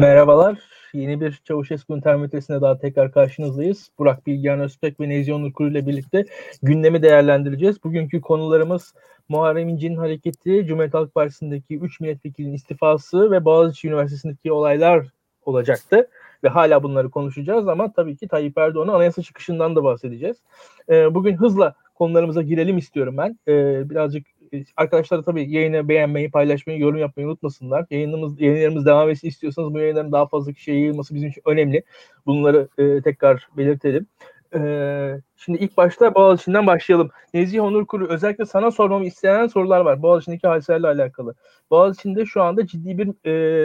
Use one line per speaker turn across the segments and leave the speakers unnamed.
Merhabalar. Yeni bir Çavuşesku'nun termometresine daha tekrar karşınızdayız. Burak Bilgehan Özpek ve Nezih Onurkuru ile birlikte gündemi değerlendireceğiz. Bugünkü konularımız Muharrem İnce'nin hareketi, Cumhuriyet Halk Partisi'ndeki 3 milletvekilinin istifası ve Boğaziçi Üniversitesi'ndeki olaylar olacaktı. Ve hala bunları konuşacağız ama tabii ki Tayyip Erdoğan'ın anayasa çıkışından da bahsedeceğiz. Bugün hızla konularımıza girelim istiyorum ben. Birazcık arkadaşlar da tabii yayını beğenmeyi, paylaşmayı, yorum yapmayı unutmasınlar. Yayınlarımız devam etsin istiyorsanız bu yayınların daha fazla kişiye yayılması bizim için önemli. Bunları tekrar belirtelim. Şimdi ilk başta Boğaziçi'nden başlayalım. Nezih Onurkuru, özellikle sana sormamı istenen sorular var Boğaziçi'ndeki hadiselerle alakalı. Boğaziçi'nde şu anda ciddi bir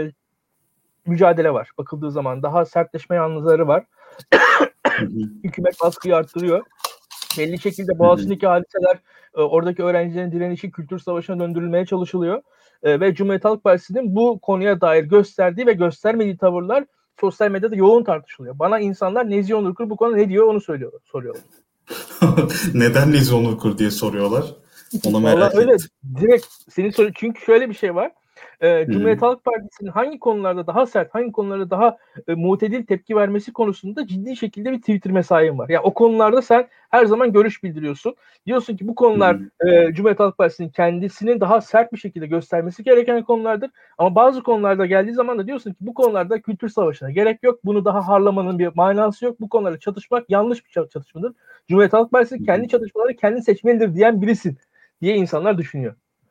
mücadele var. Bakıldığı zaman daha sertleşme yanlıları var. Hükümet baskıyı arttırıyor. Belli şekilde Boğaziçi'ndeki hadiseler oradaki öğrencilerin direnişi kültür savaşına döndürülmeye çalışılıyor. Ve Cumhuriyet Halk Partisi'nin bu konuya dair gösterdiği ve göstermediği tavırlar sosyal medyada yoğun tartışılıyor. Bana insanlar Nezih Onurkuru bu konuda ne diyor onu soruyorlar.
Neden Nezih Onurkuru diye soruyorlar. Onu merak
öyle
ettim.
direkt seni soruyor. Çünkü şöyle bir şey var. Cumhuriyet Halk Partisi'nin hangi konularda daha sert, hangi konularda daha mutedil tepki vermesi konusunda ciddi şekilde bir Twitter mesain var. Yani o konularda sen her zaman görüş bildiriyorsun. Diyorsun ki bu konular Cumhuriyet Halk Partisi'nin kendisini daha sert bir şekilde göstermesi gereken konulardır. Ama bazı konularda geldiği zaman da diyorsun ki bu konularda kültür savaşına gerek yok. Bunu daha harlamanın bir manası yok. Bu konuları çatışmak yanlış bir çatışmadır. Cumhuriyet Halk Partisi kendi çatışmaları kendi seçmelidir diyen birisin diye insanlar düşünüyor.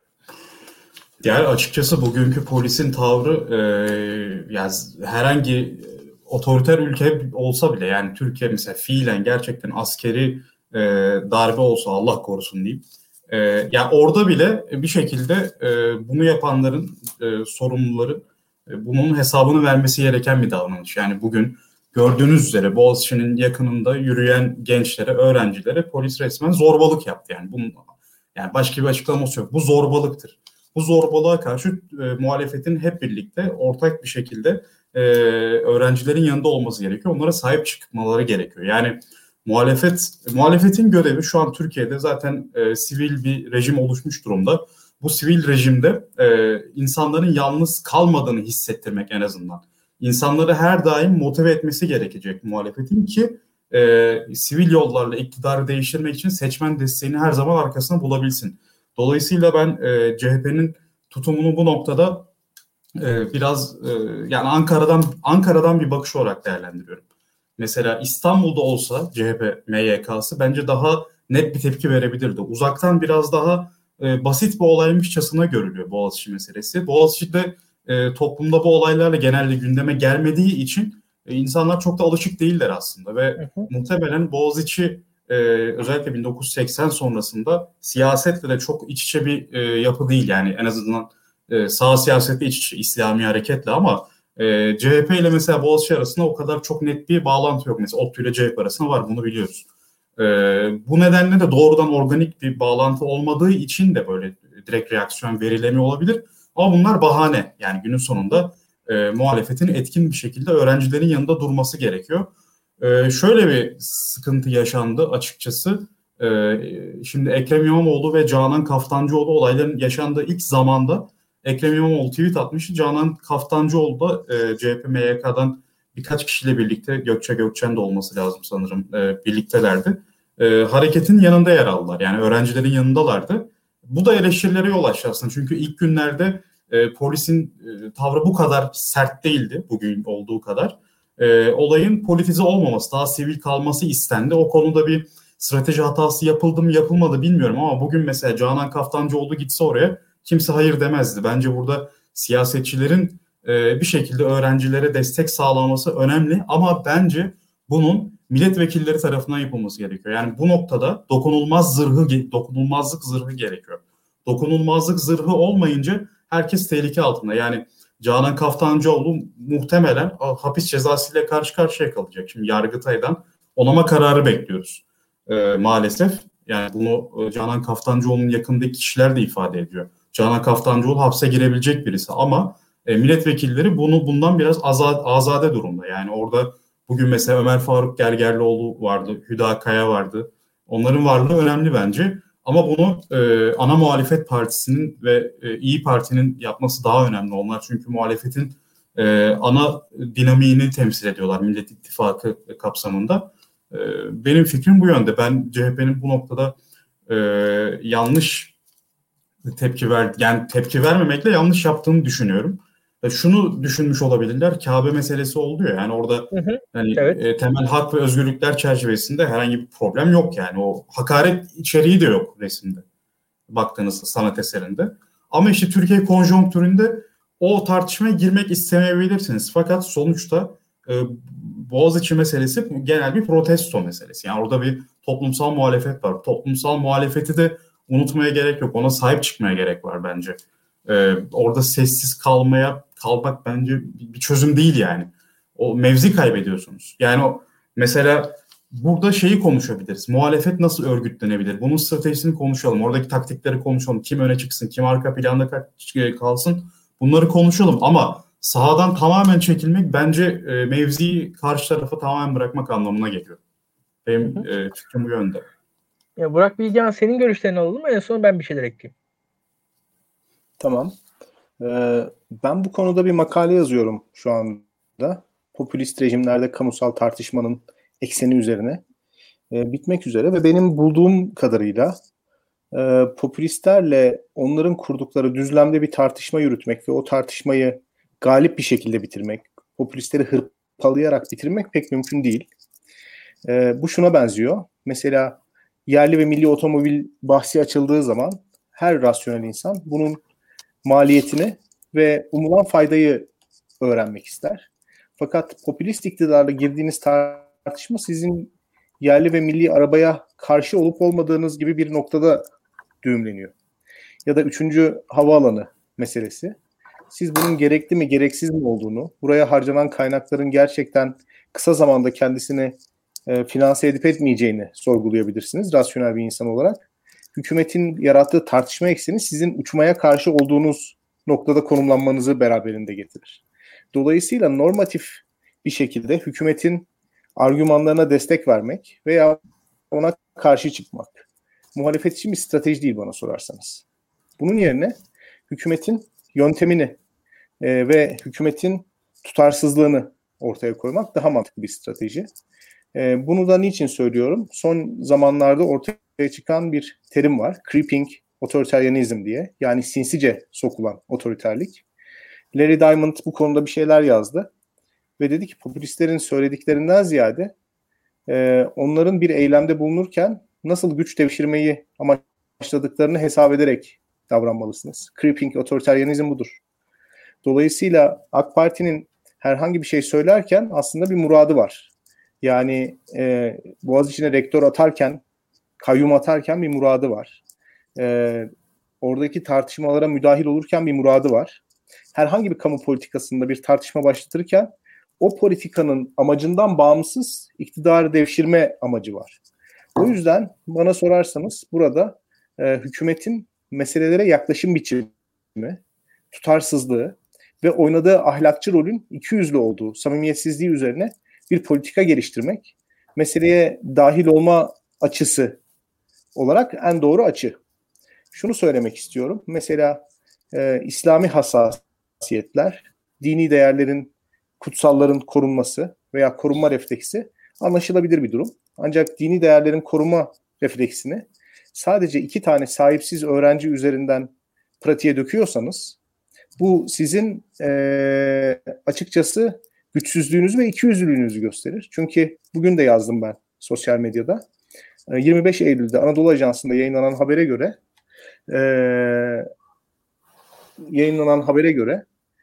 Yani açıkçası bugünkü polisin tavrı yani herhangi otoriter ülke olsa bile, yani Türkiye mesela fiilen gerçekten askeri darbe olsa Allah korusun diyeyim. Yani orada bile bir şekilde bunu yapanların sorumluları bunun hesabını vermesi gereken bir davranış. Yani bugün gördüğünüz üzere Boğaziçi'nin yakınında yürüyen gençlere, öğrencilere polis resmen zorbalık yaptı. Yani bunun yani başka bir açıklaması yok. Bu zorbalıktır. Bu zorbalığa karşı muhalefetin hep birlikte ortak bir şekilde öğrencilerin yanında olması gerekiyor. Onlara sahip çıkmaları gerekiyor. Yani muhalefetin görevi şu an Türkiye'de zaten sivil bir rejim oluşmuş durumda. Bu sivil rejimde insanların yalnız kalmadığını hissettirmek en azından. İnsanları her daim motive etmesi gerekecek muhalefetin ki sivil yollarla iktidarı değiştirmek için seçmen desteğini her zaman arkasına bulabilsin. Dolayısıyla ben CHP'nin tutumunu bu noktada biraz yani Ankara'dan bir bakış olarak değerlendiriyorum. Mesela İstanbul'da olsa CHP MYK'sı bence daha net bir tepki verebilirdi. Uzaktan biraz daha basit bir olaymışçasına görülüyor Boğaziçi meselesi. Boğaziçi'de toplumda bu olaylarla genelde gündeme gelmediği için insanlar çok da alışık değiller aslında ve muhtemelen Boğaziçi özellikle 1980 sonrasında siyasetle de çok iç içe bir yapı değil, yani en azından sağ siyasetle iç içe, İslami hareketle, ama CHP ile mesela Boğaziçi arasında o kadar çok net bir bağlantı yok. Mesela ODTÜ ile CHP arasında var, bunu biliyoruz. Bu nedenle de doğrudan organik bir bağlantı olmadığı için de böyle direkt reaksiyon verilemiyor olabilir. Ama bunlar bahane. Yani günün sonunda muhalefetin etkin bir şekilde öğrencilerin yanında durması gerekiyor. Şöyle bir sıkıntı yaşandı açıkçası. Şimdi Ekrem İmamoğlu ve Canan Kaftancıoğlu olayların yaşandığı ilk zamanda Ekrem İmamoğlu tweet atmıştı. Canan Kaftancıoğlu da CHP MYK'dan birkaç kişiyle birlikte, Gökçe Gökçen de olması lazım sanırım, birliktelerdi. Hareketin yanında yer aldılar. Yani öğrencilerin yanındalardı. Bu da eleştirilere yol açtı aslında. Çünkü ilk günlerde polisin tavrı bu kadar sert değildi, bugün olduğu kadar. Olayın politize olmaması, daha sivil kalması istendi. O konuda bir strateji hatası yapıldı mı yapılmadı bilmiyorum ama bugün mesela Canan Kaftancıoğlu gitse oraya kimse hayır demezdi. Bence burada siyasetçilerin bir şekilde öğrencilere destek sağlaması önemli ama bence bunun milletvekilleri tarafından yapılması gerekiyor. Yani bu noktada dokunulmazlık zırhı gerekiyor. Dokunulmazlık zırhı olmayınca herkes tehlike altında. Yani Canan Kaftancıoğlu muhtemelen hapis cezasıyla karşı karşıya kalacak. Şimdi Yargıtay'dan onama kararı bekliyoruz maalesef. Yani bunu Canan Kaftancıoğlu'nun yakındaki kişiler de ifade ediyor. Canan Kaftancıoğlu hapse girebilecek birisi ama milletvekilleri bundan biraz azade durumda. Yani orada bugün mesela Ömer Faruk Gergerlioğlu vardı, Hüda Kaya vardı. Onların varlığı önemli bence. Ama bunu ana muhalefet partisinin ve İyi Parti'nin yapması daha önemli. Onlar çünkü muhalefetin ana dinamiğini temsil ediyorlar Millet İttifakı kapsamında. Benim fikrim bu yönde. Ben CHP'nin bu noktada yanlış tepki vermemekle yanlış yaptığını düşünüyorum. Şunu düşünmüş olabilirler. Kabe meselesi oldu ya. Yani orada
evet.
Temel hak ve özgürlükler çerçevesinde herhangi bir problem yok yani. O hakaret içeriği de yok resimde. Baktığınızda sanat eserinde. Ama işte Türkiye konjonktüründe o tartışmaya girmek istemeyebilirsiniz. Fakat sonuçta Boğaziçi meselesi genel bir protesto meselesi. Yani orada bir toplumsal muhalefet var. Toplumsal muhalefeti de unutmaya gerek yok. Ona sahip çıkmaya gerek var bence. Orada sessiz kalmak bence bir çözüm değil yani. O mevzi kaybediyorsunuz. Yani o mesela burada şeyi konuşabiliriz. Muhalefet nasıl örgütlenebilir? Bunun stratejisini konuşalım. Oradaki taktikleri konuşalım. Kim öne çıksın, kim arka planda kalsın. Bunları konuşalım ama sahadan tamamen çekilmek bence mevziyi karşı tarafa tamamen bırakmak anlamına geliyor. Benim fikrim bu yönde.
Ya Burak Bilgehan, senin görüşlerini alalım mı? En son ben bir şeyler ekleyeyim.
Tamam. Ben bu konuda bir makale yazıyorum şu anda. Popülist rejimlerde kamusal tartışmanın ekseni üzerine. Bitmek üzere ve benim bulduğum kadarıyla popülistlerle onların kurdukları düzlemde bir tartışma yürütmek ve o tartışmayı galip bir şekilde bitirmek, popülistleri hırpalayarak bitirmek pek mümkün değil. Bu şuna benziyor. Mesela yerli ve milli otomobil bahsi açıldığı zaman her rasyonel insan bunun maliyetini ve umulan faydayı öğrenmek ister. Fakat popülist iktidarla girdiğiniz tartışma sizin yerli ve milli arabaya karşı olup olmadığınız gibi bir noktada düğümleniyor. Ya da 3. havaalanı meselesi. Siz bunun gerekli mi gereksiz mi olduğunu, buraya harcanan kaynakların gerçekten kısa zamanda kendisini finanse edip etmeyeceğini sorgulayabilirsiniz rasyonel bir insan olarak. Hükümetin yarattığı tartışma ekseni sizin uçmaya karşı olduğunuz noktada konumlanmanızı beraberinde getirir. Dolayısıyla normatif bir şekilde hükümetin argümanlarına destek vermek veya ona karşı çıkmak muhalefet için bir strateji değil bana sorarsanız. Bunun yerine hükümetin yöntemini ve hükümetin tutarsızlığını ortaya koymak daha mantıklı bir strateji. Bunu da niçin söylüyorum? Son zamanlarda ortaya çıkan bir terim var. Creeping otoriteryanizm diye. Yani sinsice sokulan otoriterlik. Larry Diamond bu konuda bir şeyler yazdı. Ve dedi ki popülistlerin söylediklerinden ziyade onların bir eylemde bulunurken nasıl güç devşirmeyi amaçladıklarını hesap ederek davranmalısınız. Creeping otoriteryanizm budur. Dolayısıyla AK Parti'nin herhangi bir şey söylerken aslında bir muradı var. Yani Boğaziçi'ne rektör atarken, kayyum atarken bir muradı var. Oradaki tartışmalara müdahil olurken bir muradı var. Herhangi bir kamu politikasında bir tartışma başlatırken o politikanın amacından bağımsız iktidarı devşirme amacı var. O yüzden bana sorarsanız burada hükümetin meselelere yaklaşım biçimi, tutarsızlığı ve oynadığı ahlakçı rolün ikiyüzlü olduğu, samimiyetsizliği üzerine bir politika geliştirmek, meseleye dahil olma açısı olarak en doğru açı. Şunu söylemek istiyorum. Mesela İslami hassasiyetler, dini değerlerin, kutsalların korunması veya korunma refleksi anlaşılabilir bir durum. Ancak dini değerlerin koruma refleksini sadece 2 tane sahipsiz öğrenci üzerinden pratiğe döküyorsanız bu sizin açıkçası güçsüzlüğünüzü ve ikiyüzlülüğünüzü gösterir. Çünkü bugün de yazdım ben sosyal medyada. 25 Eylül'de Anadolu Ajansı'nda yayınlanan habere göre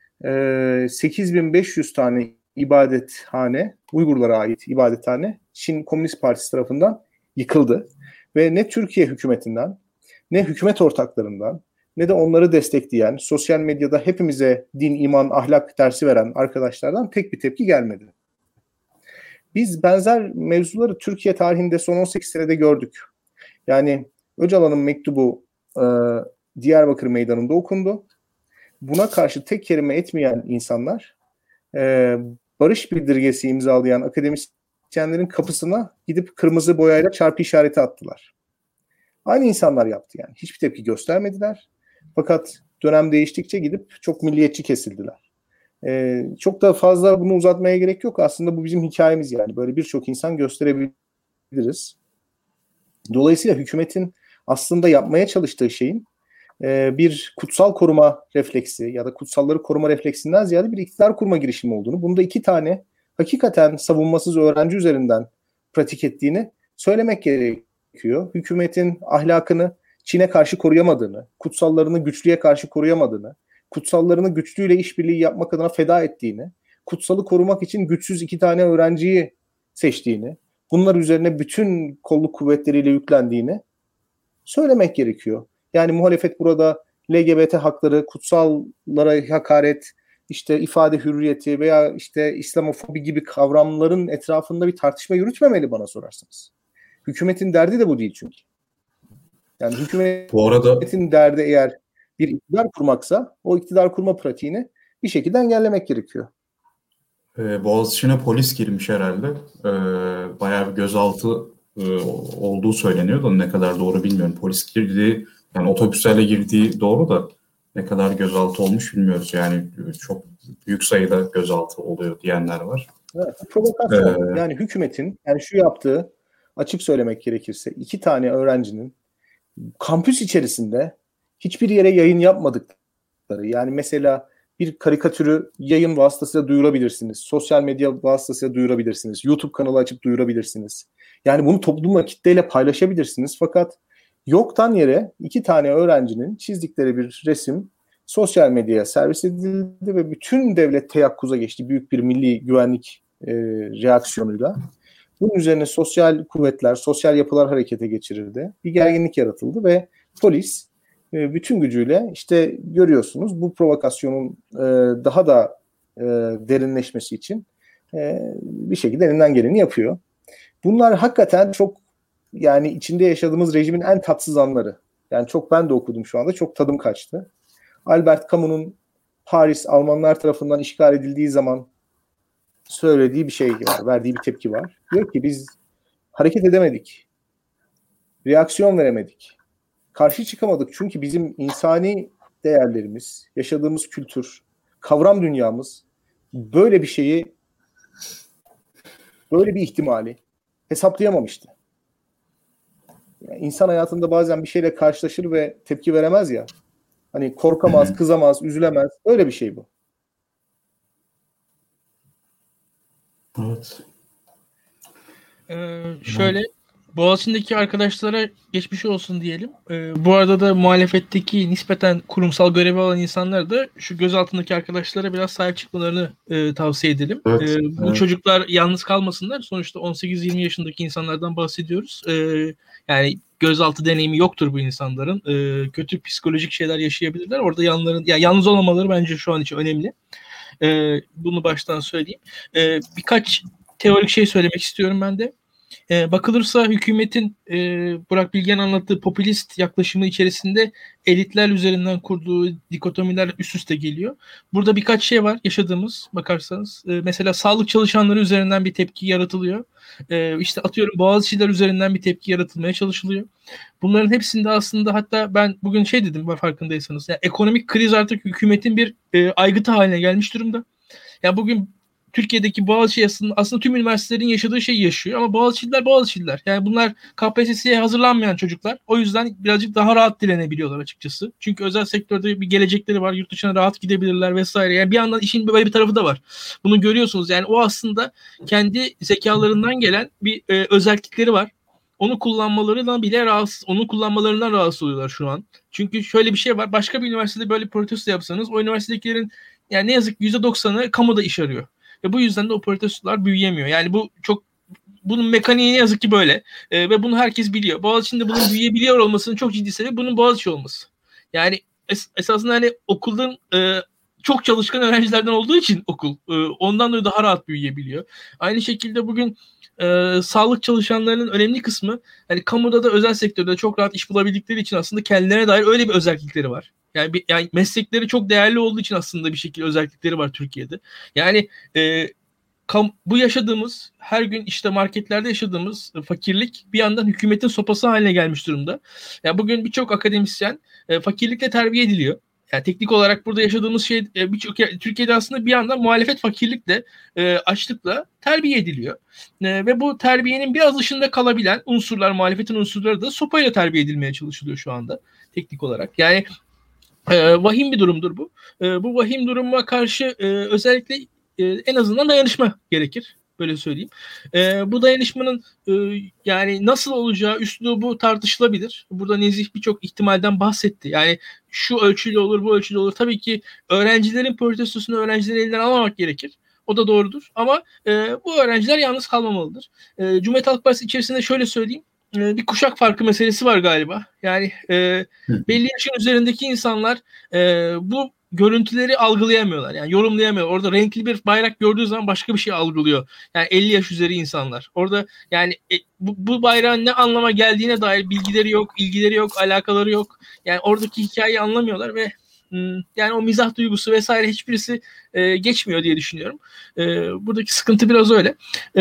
8500 tane ibadethane, Uygurlara ait ibadethane Çin Komünist Partisi tarafından yıkıldı. Ve ne Türkiye hükümetinden, ne hükümet ortaklarından, ne de onları destekleyen, sosyal medyada hepimize din, iman, ahlak dersi veren arkadaşlardan tek bir tepki gelmedi. Biz benzer mevzuları Türkiye tarihinde son 18 senede gördük. Yani Öcalan'ın mektubu Diyarbakır Meydanı'nda okundu. Buna karşı tek kelime etmeyen insanlar barış bildirgesi imzalayan akademisyenlerin kapısına gidip kırmızı boyayla çarpı işareti attılar. Aynı insanlar yaptı yani. Hiçbir tepki göstermediler. Fakat dönem değiştikçe gidip çok milliyetçi kesildiler. Çok da fazla bunu uzatmaya gerek yok. Aslında bu bizim hikayemiz yani. Böyle birçok insan gösterebiliriz. Dolayısıyla hükümetin aslında yapmaya çalıştığı şeyin bir kutsal koruma refleksi ya da kutsalları koruma refleksinden ziyade bir iktidar kurma girişimi olduğunu, bunda 2 tane hakikaten savunmasız öğrenci üzerinden pratik ettiğini söylemek gerekiyor. Hükümetin ahlakını Çin'e karşı koruyamadığını, kutsallarını güçlüye karşı koruyamadığını, kutsallarını güçlüyle işbirliği yapmak adına feda ettiğini, kutsalı korumak için güçsüz 2 tane öğrenciyi seçtiğini, bunlar üzerine bütün kolluk kuvvetleriyle yüklendiğini söylemek gerekiyor. Yani muhalefet burada LGBT hakları, kutsallara hakaret, işte ifade hürriyeti veya işte İslamofobi gibi kavramların etrafında bir tartışma yürütmemeli bana sorarsanız. Hükümetin derdi de bu değil çünkü. Yani
Bu arada
hükümetin derdi eğer bir iktidar kurmaksa o iktidar kurma pratiğini bir şekilde engellemek gerekiyor.
Boğaziçi'ne polis girmiş herhalde. Bayağı bir gözaltı olduğu söyleniyor da ne kadar doğru bilmiyorum. Polis girdiği, yani otobüslerle girdiği doğru da ne kadar gözaltı olmuş bilmiyoruz. Yani çok büyük sayıda gözaltı oluyor diyenler var.
Evet, provokasyon. Yani hükümetin şu yaptığı, açık söylemek gerekirse 2 tane öğrencinin kampüs içerisinde hiçbir yere yayın yapmadıkları, yani mesela bir karikatürü yayın vasıtasıyla duyurabilirsiniz. Sosyal medya vasıtasıyla duyurabilirsiniz. YouTube kanalı açıp duyurabilirsiniz. Yani bunu toplumla, kitleyle paylaşabilirsiniz. Fakat yoktan yere 2 tane öğrencinin çizdikleri bir resim sosyal medyaya servis edildi ve bütün devlet teyakkuza geçti. Büyük bir milli güvenlik reaksiyonuyla. Bunun üzerine sosyal kuvvetler, sosyal yapılar harekete geçirildi. Bir gerginlik yaratıldı ve polis bütün gücüyle, işte görüyorsunuz, bu provokasyonun daha da derinleşmesi için bir şekilde elinden geleni yapıyor. Bunlar hakikaten çok, yani içinde yaşadığımız rejimin en tatsız anları. Yani çok, ben de okudum şu anda, çok tadım kaçtı. Albert Camus'un Paris Almanlar tarafından işgal edildiği zaman söylediği bir şey var, verdiği bir tepki var. Diyor ki biz hareket edemedik, reaksiyon veremedik, karşı çıkamadık çünkü bizim insani değerlerimiz, yaşadığımız kültür, kavram dünyamız böyle bir şeyi, böyle bir ihtimali hesaplayamamıştı. Yani insan hayatında bazen bir şeyle karşılaşır ve tepki veremez ya. Hani korkamaz, kızamaz, üzülemez. Öyle bir şey bu.
evet.
Şöyle, Boğaziçi'ndeki arkadaşlara geçmiş olsun diyelim. Bu arada da muhalefetteki nispeten kurumsal görevi alan insanlar da şu gözaltındaki arkadaşlara biraz sahip çıkmalarını tavsiye edelim.
Evet,
Bu çocuklar yalnız kalmasınlar. Sonuçta 18-20 yaşındaki insanlardan bahsediyoruz. Yani gözaltı deneyimi yoktur bu insanların. Kötü psikolojik şeyler yaşayabilirler. Orada yalnız olmamaları bence şu an için önemli. Bunu baştan söyleyeyim. Birkaç teorik şey söylemek istiyorum ben de. Bakılırsa hükümetin Burak Bilgen anlattığı popülist yaklaşımı içerisinde elitler üzerinden kurduğu dikotomiler üst üste geliyor. Burada birkaç şey var yaşadığımız, bakarsanız. Mesela sağlık çalışanları üzerinden bir tepki yaratılıyor. İşte atıyorum Boğaziçi'ler üzerinden bir tepki yaratılmaya çalışılıyor. Bunların hepsinde aslında, hatta ben bugün şey dedim farkındaysanız. Yani ekonomik kriz artık hükümetin bir aygıtı haline gelmiş durumda. Ya bugün Türkiye'deki Boğaziçi aslında tüm üniversitelerin yaşadığı şeyi yaşıyor ama Boğaziçi'liler. Yani bunlar KPSS'ye hazırlanmayan çocuklar. O yüzden birazcık daha rahat direnebiliyorlar açıkçası. Çünkü özel sektörde bir gelecekleri var. Yurt dışına rahat gidebilirler vesaire. Yani bir yandan işin böyle bir tarafı da var. Bunu görüyorsunuz. Yani o aslında kendi zekalarından gelen bir özellikleri var. Onu kullanmalarından rahatsız oluyorlar şu an. Çünkü şöyle bir şey var. Başka bir üniversitede böyle protesto yapsanız o üniversitedekilerin, yani ne yazık ki %90'ı kamuda iş arıyor. Ve bu yüzden de o protestolar büyüyemiyor. Yani bunun mekaniği ne yazık ki böyle. Ve bunu herkes biliyor. Boğaziçi'nde bunun büyüyebiliyor olmasının çok ciddi sebebi bunun Boğaziçi olması. Yani esasında hani okulun çok çalışkan öğrencilerden olduğu için okul ondan dolayı daha rahat büyüyebiliyor. Aynı şekilde bugün sağlık çalışanlarının önemli kısmı hani kamuda da özel sektörde çok rahat iş bulabildikleri için aslında kendilerine dair öyle bir özellikleri var. Yani meslekleri çok değerli olduğu için aslında bir şekilde özellikleri var Türkiye'de. Yani bu yaşadığımız, her gün işte marketlerde yaşadığımız fakirlik bir yandan hükümetin sopası haline gelmiş durumda. Yani bugün birçok akademisyen fakirlikle terbiye ediliyor. Yani teknik olarak burada yaşadığımız şey birçok Türkiye'de aslında bir yandan muhalefet fakirlikle, açlıkla terbiye ediliyor. Ve bu terbiyenin biraz dışında kalabilen unsurlar, muhalefetin unsurları da sopayla terbiye edilmeye çalışılıyor şu anda teknik olarak. Yani vahim bir durumdur bu. Bu vahim duruma karşı özellikle en azından dayanışma gerekir. Böyle söyleyeyim. Bu dayanışmanın yani nasıl olacağı üslubu tartışılabilir. Burada Nezih birçok ihtimalden bahsetti. Yani şu ölçüyle olur, bu ölçüyle olur. Tabii ki öğrencilerin protestosunu öğrencilerin elinden almamak gerekir. O da doğrudur. Ama bu öğrenciler yalnız kalmamalıdır. Cumhuriyet Halk Partisi içerisinde şöyle söyleyeyim. Bir kuşak farkı meselesi var galiba. Yani belli yaşın üzerindeki insanlar bu görüntüleri algılayamıyorlar. Yani yorumlayamıyor. Orada renkli bir bayrak gördüğü zaman başka bir şey algılıyor. Yani 50 yaş üzeri insanlar. Orada yani bu bayrağın ne anlama geldiğine dair bilgileri yok, ilgileri yok, alakaları yok. Yani oradaki hikayeyi anlamıyorlar ve yani o mizah duygusu vesaire hiçbirisi geçmiyor diye düşünüyorum. Buradaki sıkıntı biraz öyle.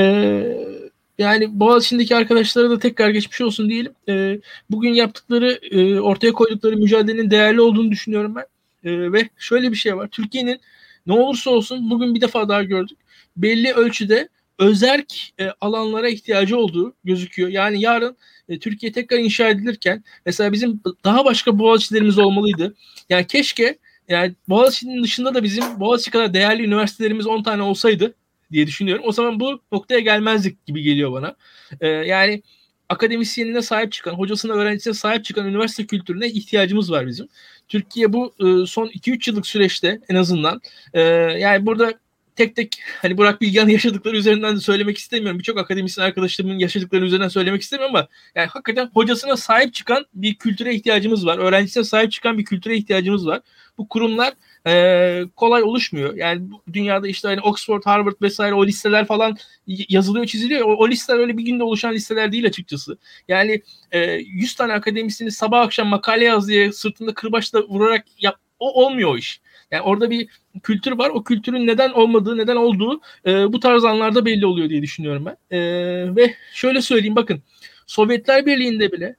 Yani Boğaziçi'ndeki arkadaşlara da tekrar geçmiş olsun diyelim. Bugün yaptıkları, ortaya koydukları mücadelenin değerli olduğunu düşünüyorum ben. Ve şöyle bir şey var. Türkiye'nin ne olursa olsun bugün bir defa daha gördük. Belli ölçüde özerk alanlara ihtiyacı olduğu gözüküyor. Yani yarın Türkiye tekrar inşa edilirken mesela bizim daha başka Boğaziçi'lerimiz olmalıydı. Yani keşke yani Boğaziçi'nin dışında da bizim Boğaziçi kadar değerli üniversitelerimiz 10 tane olsaydı diye düşünüyorum. O zaman bu noktaya gelmezdik gibi geliyor bana. Yani akademisyenine sahip çıkan, hocasına, öğrencisine sahip çıkan üniversite kültürüne ihtiyacımız var bizim. Türkiye bu son 2-3 yıllık süreçte en azından yani burada tek tek hani Burak Bilgehan'ın yaşadıkları üzerinden de söylemek istemiyorum. Birçok akademisyen arkadaşlarımın yaşadıkları üzerinden söylemek istemiyorum ama yani hakikaten hocasına sahip çıkan bir kültüre ihtiyacımız var. Öğrencisine sahip çıkan bir kültüre ihtiyacımız var. Bu kurumlar kolay oluşmuyor. Yani dünyada işte hani Oxford, Harvard vesaire o listeler falan yazılıyor, çiziliyor. O listeler öyle bir günde oluşan listeler değil açıkçası. Yani 100 tane akademisyeni sabah akşam makale yaz diye sırtında kırbaçla vurarak o olmuyor o iş. Yani orada bir kültür var. O kültürün neden olmadığı, neden olduğu bu tarz anlarda belli oluyor diye düşünüyorum ben. Ve şöyle söyleyeyim bakın. Sovyetler Birliği'nde bile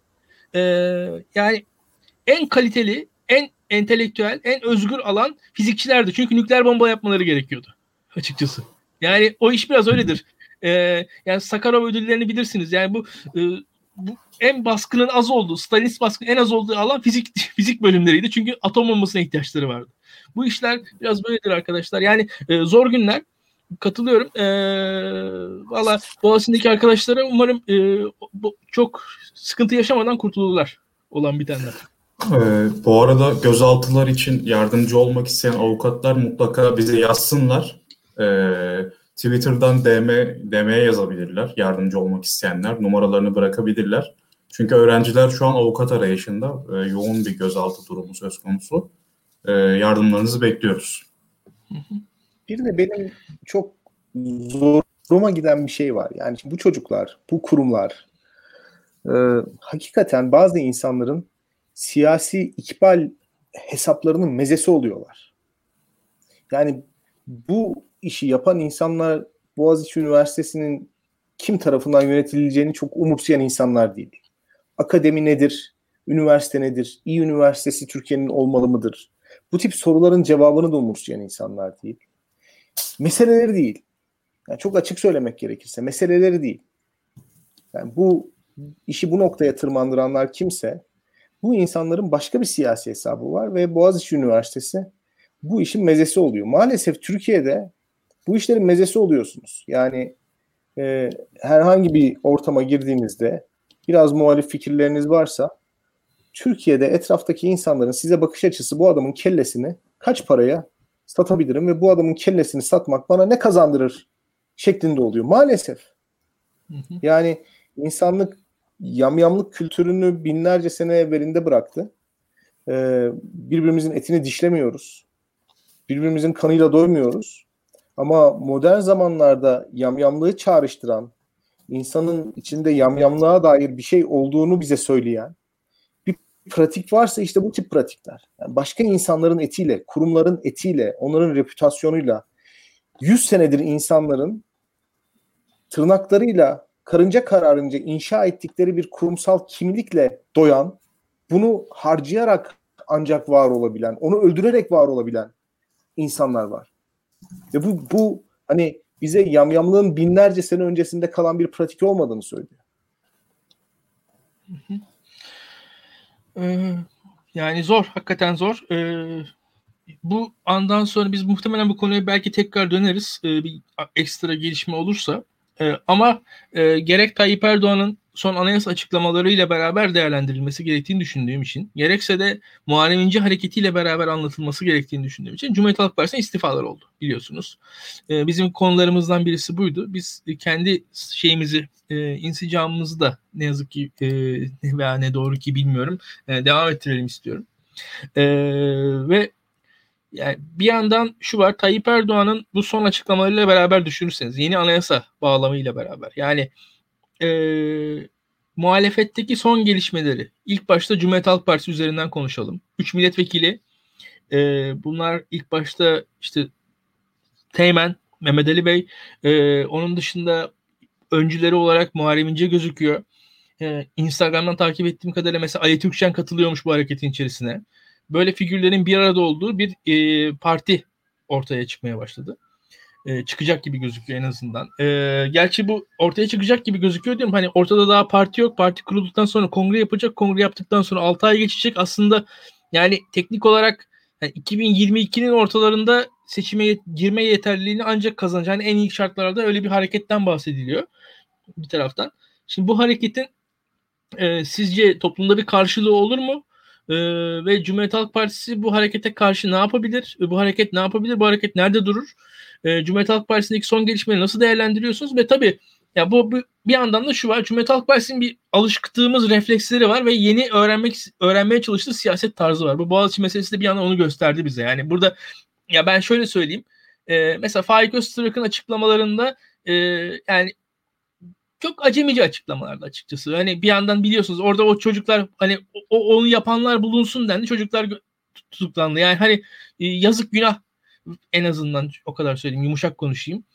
yani en kaliteli, en entelektüel, en özgür alan fizikçilerdi. Çünkü nükleer bomba yapmaları gerekiyordu açıkçası. Yani o iş biraz öyledir. Yani Sakharov ödüllerini bilirsiniz. Yani bu en baskının az olduğu, Stalinist baskının en az olduğu alan fizik bölümleriydi. Çünkü atom bombasına ihtiyaçları vardı. Bu işler biraz böyledir arkadaşlar. Yani zor günler. Katılıyorum. Valla Boğaziçi'ndeki arkadaşlara umarım çok sıkıntı yaşamadan kurtulurlar olan bitenler.
Bu arada gözaltılar için yardımcı olmak isteyen avukatlar mutlaka bize yazsınlar. Twitter'dan DM'ye yazabilirler. Yardımcı olmak isteyenler numaralarını bırakabilirler. Çünkü öğrenciler şu an avukat arayışında. Yoğun bir gözaltı durumu söz konusu. Yardımlarınızı bekliyoruz.
Bir de benim çok zoruma giden bir şey var. Yani bu çocuklar, bu kurumlar hakikaten bazı insanların siyasi ikbal hesaplarının mezesi oluyorlar. Yani bu işi yapan insanlar Boğaziçi Üniversitesi'nin kim tarafından yönetileceğini çok umursayan insanlar değil. Akademi nedir? Üniversite nedir? İyi üniversitesi Türkiye'nin olmalı mıdır? Bu tip soruların cevabını da umursayan insanlar değil. Meseleleri değil. Yani çok açık söylemek gerekirse meseleleri değil. Yani bu işi bu noktaya tırmandıranlar kimse, bu insanların başka bir siyasi hesabı var ve Boğaziçi Üniversitesi bu işin mezesi oluyor. Maalesef Türkiye'de bu işlerin mezesi oluyorsunuz. Yani herhangi bir ortama girdiğinizde biraz muhalif fikirleriniz varsa Türkiye'de etraftaki insanların size bakış açısı bu adamın kellesini kaç paraya satabilirim ve bu adamın kellesini satmak bana ne kazandırır şeklinde oluyor. Maalesef. Yani insanlık yamyamlık kültürünü binlerce sene evvelinde bıraktı. Birbirimizin etini dişlemiyoruz. Birbirimizin kanıyla doymuyoruz. Ama modern zamanlarda yamyamlığı çağrıştıran, insanın içinde yamyamlığa dair bir şey olduğunu bize söyleyen bir pratik varsa işte bu tip pratikler. Yani başka insanların etiyle, kurumların etiyle, onların reputasyonuyla 100 senedir insanların tırnaklarıyla karınca kararınca inşa ettikleri bir kurumsal kimlikle doyan, bunu harcayarak ancak var olabilen, onu öldürerek var olabilen insanlar var. Ve bu hani bize yamyamlığın binlerce sene öncesinde kalan bir pratik olmadığını söylüyor.
Yani zor, hakikaten zor. Bu andan sonra biz muhtemelen bu konuya belki tekrar döneriz. Bir ekstra gelişme olursa. Ama gerek Tayyip Erdoğan'ın son anayasa açıklamalarıyla beraber değerlendirilmesi gerektiğini düşündüğüm için, gerekse de Muharrem İnce hareketiyle beraber anlatılması gerektiğini düşündüğüm için Cumhuriyet Halk Partisi'ne istifalar oldu, biliyorsunuz. Bizim konularımızdan birisi buydu. Biz kendi şeyimizi, insicamımızı da ne yazık ki veya ne doğru ki bilmiyorum, devam ettirelim istiyorum. Ve yani bir yandan şu var, Tayyip Erdoğan'ın bu son açıklamalarıyla beraber düşünürseniz, yeni anayasa bağlamıyla beraber, yani muhalefetteki son gelişmeleri ilk başta Cumhuriyet Halk Partisi üzerinden konuşalım. 3 milletvekili, bunlar ilk başta işte Teğmen, Mehmet Ali Bey, onun dışında öncüleri olarak Muharrem İnce gözüküyor. Instagram'dan takip ettiğim kadarıyla mesela Ali Türkçen katılıyormuş bu hareketin içerisine. Böyle figürlerin bir arada olduğu bir parti ortaya çıkmaya başladı. Çıkacak gibi gözüküyor en azından. Gerçi bu ortaya çıkacak gibi gözüküyor diyorum. Hani ortada daha parti yok. Parti kurulduktan sonra kongre yapacak. Kongre yaptıktan sonra 6 ay geçecek. Aslında yani teknik olarak yani 2022'nin ortalarında seçime girme yeterliliğini ancak kazanacak. Yani en iyi şartlarda öyle bir hareketten bahsediliyor bir taraftan. Şimdi bu hareketin sizce toplumda bir karşılığı olur mu? Ve Cumhuriyet Halk Partisi bu harekete karşı ne yapabilir? Bu hareket ne yapabilir? Bu hareket nerede durur? Cumhuriyet Halk Partisi'ndeki son gelişmeleri nasıl değerlendiriyorsunuz? Ve tabii ya bu bir yandan da şu var. Cumhuriyet Halk Partisi'nin bir alıştığımız refleksleri var ve yeni öğrenmeye çalıştığı siyaset tarzı var. Bu Boğaziçi meselesi de bir yandan onu gösterdi bize. Yani burada ya ben şöyle söyleyeyim. Mesela Faik Öztürk'ün açıklamalarında yani çok acemice açıklamalardı açıkçası. Hani bir yandan biliyorsunuz orada o çocuklar hani onu yapanlar bulunsun dendi. Çocuklar tutuklandı. Yani hani yazık günah, en azından o kadar söyleyeyim, yumuşak konuşayım.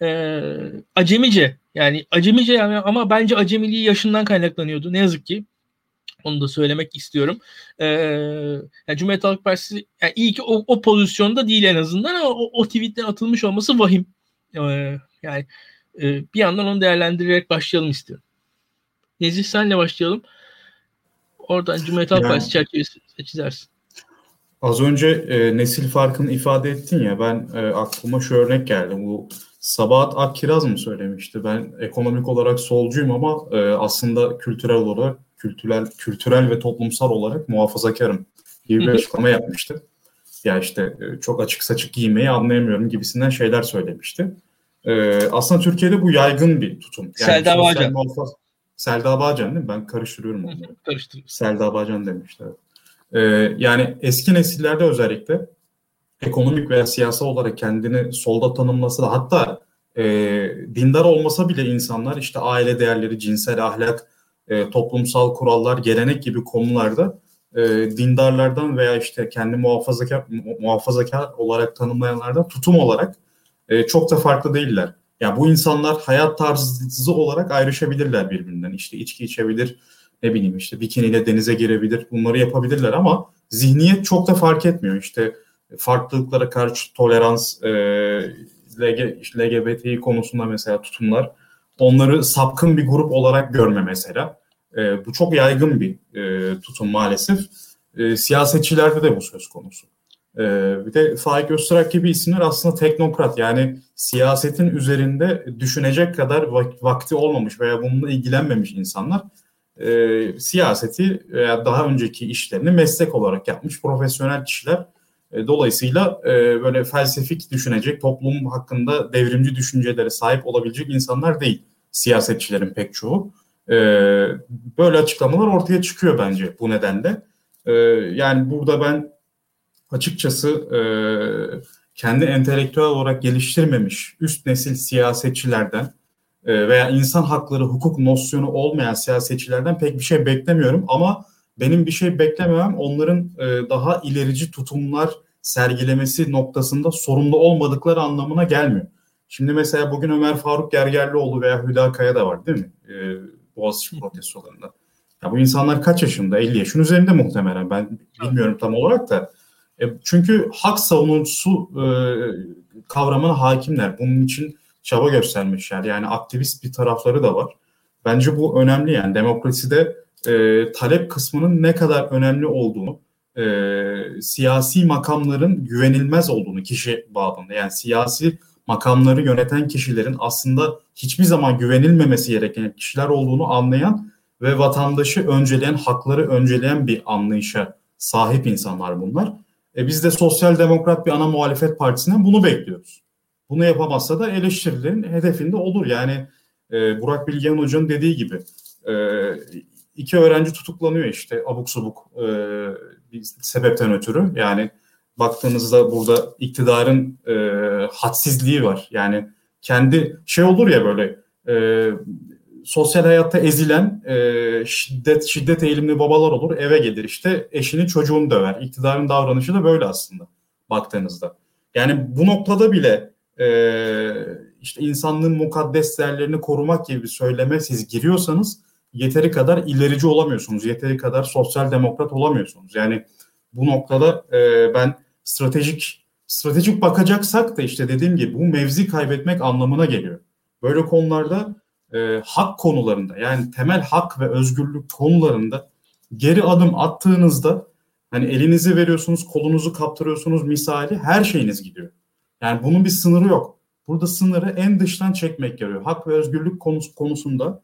Acemice yani ama bence acemiliği yaşından kaynaklanıyordu. Ne yazık ki. Onu da söylemek istiyorum. Yani Cumhuriyet Halk Partisi yani iyi ki o pozisyonda değil en azından, ama o tweetlerin atılmış olması vahim. Yani bir yandan onu değerlendirerek başlayalım istiyorum. Nezih, senle başlayalım. Oradan Cumhuriyet Halk Partisi çerçevesi çizersin.
Az önce nesil farkını ifade ettin ya, ben aklıma şu örnek geldi. Bu Sabahat Akkiraz mı söylemişti? Ben ekonomik olarak solcuyum ama aslında kültürel ve toplumsal olarak muhafazakarım gibi bir açıklama yapmıştı. Ya işte çok açık saçık giymeyi anlayamıyorum gibisinden şeyler söylemişti. Aslında Türkiye'de bu yaygın bir tutum. Yani
Selda Bağcan.
Selda Bağcan değil mi? Ben karıştırıyorum onları.
Karıştırıyorum.
Selda Bağcan demişler. Yani eski nesillerde özellikle ekonomik veya siyasal olarak kendini solda tanımlasa da, hatta dindar olmasa bile insanlar işte aile değerleri, cinsel ahlak, toplumsal kurallar, gelenek gibi konularda dindarlardan veya işte kendi muhafazakar olarak tanımlayanlardan tutum olarak çok da farklı değiller. Yani bu insanlar hayat tarzı olarak ayrışabilirler birbirinden. İşte içki içebilir, ne bileyim işte bikiniyle denize girebilir, bunları yapabilirler ama zihniyet çok da fark etmiyor. İşte farklılıklara karşı tolerans, LGBTİ konusunda mesela tutumlar, onları sapkın bir grup olarak görme mesela. Bu çok yaygın bir tutum maalesef. Siyasetçilerde de bu söz konusu. Bir de Faik Öztürk gibi isimler aslında teknokrat, yani siyasetin üzerinde düşünecek kadar vakti olmamış veya bununla ilgilenmemiş insanlar. Siyaseti veya daha önceki işlerini meslek olarak yapmış profesyonel kişiler. Dolayısıyla böyle felsefik düşünecek, toplum hakkında devrimci düşüncelere sahip olabilecek insanlar değil siyasetçilerin pek çoğu. Böyle açıklamalar ortaya çıkıyor bence bu nedenle. Yani burada ben açıkçası kendi entelektüel olarak geliştirmemiş üst nesil siyasetçilerden veya insan hakları, hukuk nosyonu olmayan siyasetçilerden pek bir şey beklemiyorum. Ama benim bir şey beklememem onların daha ilerici tutumlar sergilemesi noktasında sorumlu olmadıkları anlamına gelmiyor. Şimdi mesela bugün Ömer Faruk Gergerlioğlu veya Hüda Kaya da var değil mi? Boğaziçi protestolarında. Ya bu insanlar kaç yaşında? 50 yaşın üzerinde muhtemelen. Ben bilmiyorum tam olarak da. Çünkü hak savunucusu kavramına hakimler. Bunun için çaba göstermişler. Yani aktivist bir tarafları da var. Bence bu önemli yani. Demokraside talep kısmının ne kadar önemli olduğunu, siyasi makamların güvenilmez olduğunu kişi babında. Yani siyasi makamları yöneten kişilerin aslında hiçbir zaman güvenilmemesi gereken kişiler olduğunu anlayan ve vatandaşı önceleyen, hakları önceleyen bir anlayışa sahip insanlar bunlar. Biz de sosyal demokrat bir ana muhalefet partisinden bunu bekliyoruz. Bunu yapamazsa da eleştirilerin hedefinde olur. Yani Burak Bilgehan Hoca'nın dediği gibi 2 öğrenci tutuklanıyor işte abuk subuk bir sebepten ötürü. Yani baktığınızda burada iktidarın hadsizliği var. Yani kendi şey olur ya böyle sosyal hayatta ezilen şiddet eğilimli babalar olur. Eve gelir işte eşini çocuğunu döver. İktidarın davranışı da böyle aslında baktığınızda. Yani bu noktada bile işte insanlığın mukaddes değerlerini korumak gibi bir söyleme siz giriyorsanız yeteri kadar ilerici olamıyorsunuz. Yeteri kadar sosyal demokrat olamıyorsunuz. Yani bu noktada ben stratejik bakacaksak da işte dediğim gibi bu mevzi kaybetmek anlamına geliyor. Böyle konularda hak konularında yani temel hak ve özgürlük konularında geri adım attığınızda hani elinizi veriyorsunuz, kolunuzu kaptırıyorsunuz misali her şeyiniz gidiyor. Yani bunun bir sınırı yok. Burada sınırı en dıştan çekmek gerekiyor. Hak ve özgürlük konusunda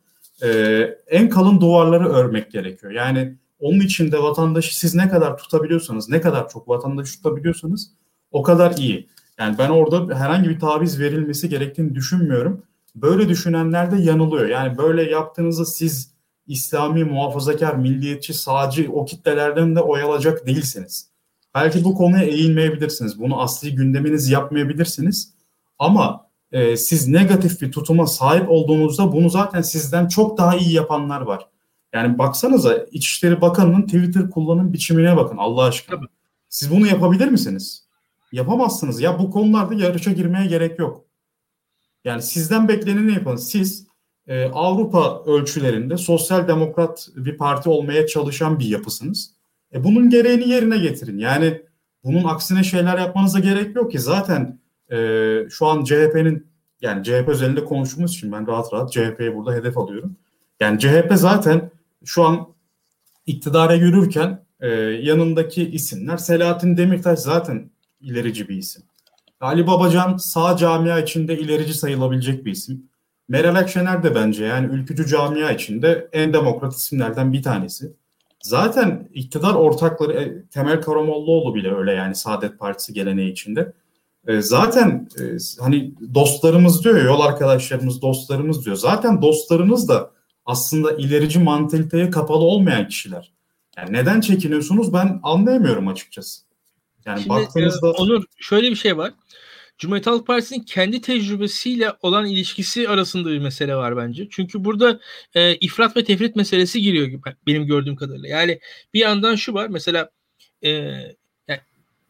en kalın duvarları örmek gerekiyor. Yani onun için de vatandaşı siz ne kadar tutabiliyorsanız, ne kadar çok vatandaşı tutabiliyorsanız o kadar iyi. Yani ben orada herhangi bir taviz verilmesi gerektiğini düşünmüyorum. Böyle düşünenler de yanılıyor. Yani böyle yaptığınızda siz İslami, muhafazakar, milliyetçi, sağcı o kitlelerden de oy alacak değilsiniz. Belki bu konuya eğilmeyebilirsiniz. Bunu asli gündeminiz yapmayabilirsiniz. Ama siz negatif bir tutuma sahip olduğunuzda bunu zaten sizden çok daha iyi yapanlar var. Yani baksanıza İçişleri Bakanı'nın Twitter kullanım biçimine bakın Allah aşkına. Tabii. Siz bunu yapabilir misiniz? Yapamazsınız. Ya bu konularda yarışa girmeye gerek yok. Yani sizden bekleneni yapın. Siz Avrupa ölçülerinde sosyal demokrat bir parti olmaya çalışan bir yapısınız. Bunun gereğini yerine getirin. Yani bunun aksine şeyler yapmanıza gerek yok ki. Zaten şu an CHP'nin yani CHP özelinde konuştuğumuz için ben rahat rahat CHP'yi burada hedef alıyorum. Yani CHP zaten şu an iktidara yürürken yanındaki isimler Selahattin Demirtaş zaten ilerici bir isim. Ali Babacan sağ camia içinde ilerici sayılabilecek bir isim. Meral Akşener de bence yani ülkücü camia içinde en demokrat isimlerden bir tanesi. Zaten iktidar ortakları Temel Karamollaoğlu bile öyle yani Saadet Partisi geleneği içinde. Zaten hani dostlarımız diyor ya, yol arkadaşlarımız, dostlarımız diyor. Zaten dostlarınız da aslında ilerici mantaliteye kapalı olmayan kişiler. Yani neden çekiniyorsunuz ben anlayamıyorum açıkçası. Yani
şimdi baktığınızda Onur şöyle bir şey var. Cumhuriyet Halk Partisi'nin kendi tecrübesiyle olan ilişkisi arasında bir mesele var bence. Çünkü burada ifrat ve tefrit meselesi giriyor gibi benim gördüğüm kadarıyla. Yani bir yandan şu var mesela yani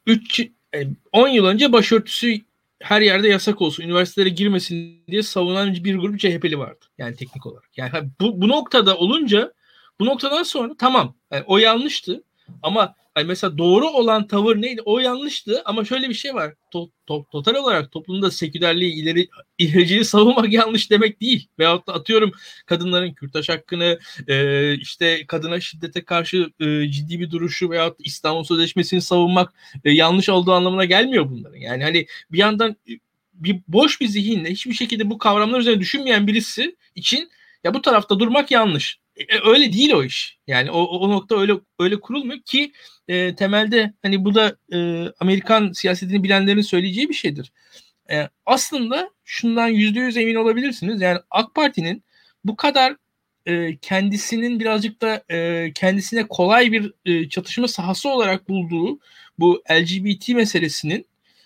10 yıl önce başörtüsü her yerde yasak olsun, üniversitelere girmesin diye savunan bir grup CHP'li vardı. Yani teknik olarak. Yani bu noktada olunca bu noktadan sonra tamam yani o yanlıştı ama yani mesela doğru olan tavır neydi? O yanlıştı ama şöyle bir şey var. Total olarak toplumda sekülerliği, ilericiliği savunmak yanlış demek değil. Veyahut da atıyorum kadınların kürtaj hakkını, işte kadına şiddete karşı ciddi bir duruşu veyahut da İstanbul Sözleşmesi'ni savunmak yanlış olduğu anlamına gelmiyor bunların. Yani hani bir yandan boş bir zihinle hiçbir şekilde bu kavramlar üzerine düşünmeyen birisi için ya bu tarafta durmak yanlış. Öyle değil o iş. Yani o nokta öyle kurulmuyor ki temelde hani bu da Amerikan siyasetini bilenlerin söyleyeceği bir şeydir. Aslında şundan %100 emin olabilirsiniz. Yani AK Parti'nin bu kadar kendisinin birazcık da kendisine kolay bir çatışma sahası olarak bulduğu bu LGBT meselesinin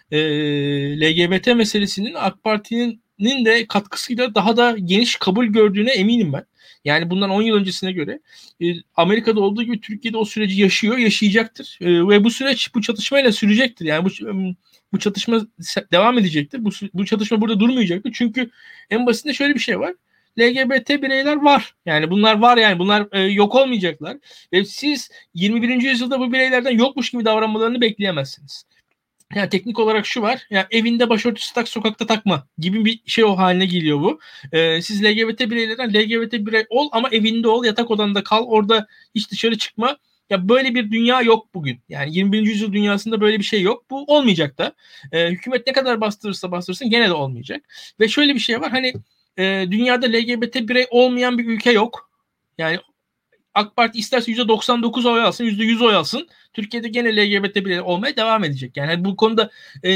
LGBT meselesinin AK Parti'nin de katkısıyla daha da geniş kabul gördüğüne eminim ben. Yani bundan 10 yıl öncesine göre Amerika'da olduğu gibi Türkiye'de o süreci yaşayacaktır. Ve bu süreç bu çatışmayla sürecektir. Yani bu çatışma devam edecektir. Bu çatışma burada durmayacaktır. Çünkü en basitinde şöyle bir şey var. LGBT bireyler var. Yani bunlar var, yani bunlar yok olmayacaklar. Ve siz 21. yüzyılda bu bireylerden yokmuş gibi davranmalarını bekleyemezsiniz. Yani teknik olarak şu var. Yani evinde başörtüsü tak, sokakta takma gibi bir şey o haline geliyor bu. Siz LGBT bireylerden LGBT birey ol ama evinde ol, yatak odanda kal, orada hiç dışarı çıkma. Ya böyle bir dünya yok bugün. Yani 21. yüzyıl dünyasında böyle bir şey yok. Bu olmayacak da. Hükümet ne kadar bastırırsa bastırsın gene de olmayacak. Ve şöyle bir şey var. Hani dünyada LGBT birey olmayan bir ülke yok. Yani AK Parti isterse %99 oy alsın, %100 oy alsın. Türkiye'de gene LGBT birey olmaya devam edecek. Yani bu konuda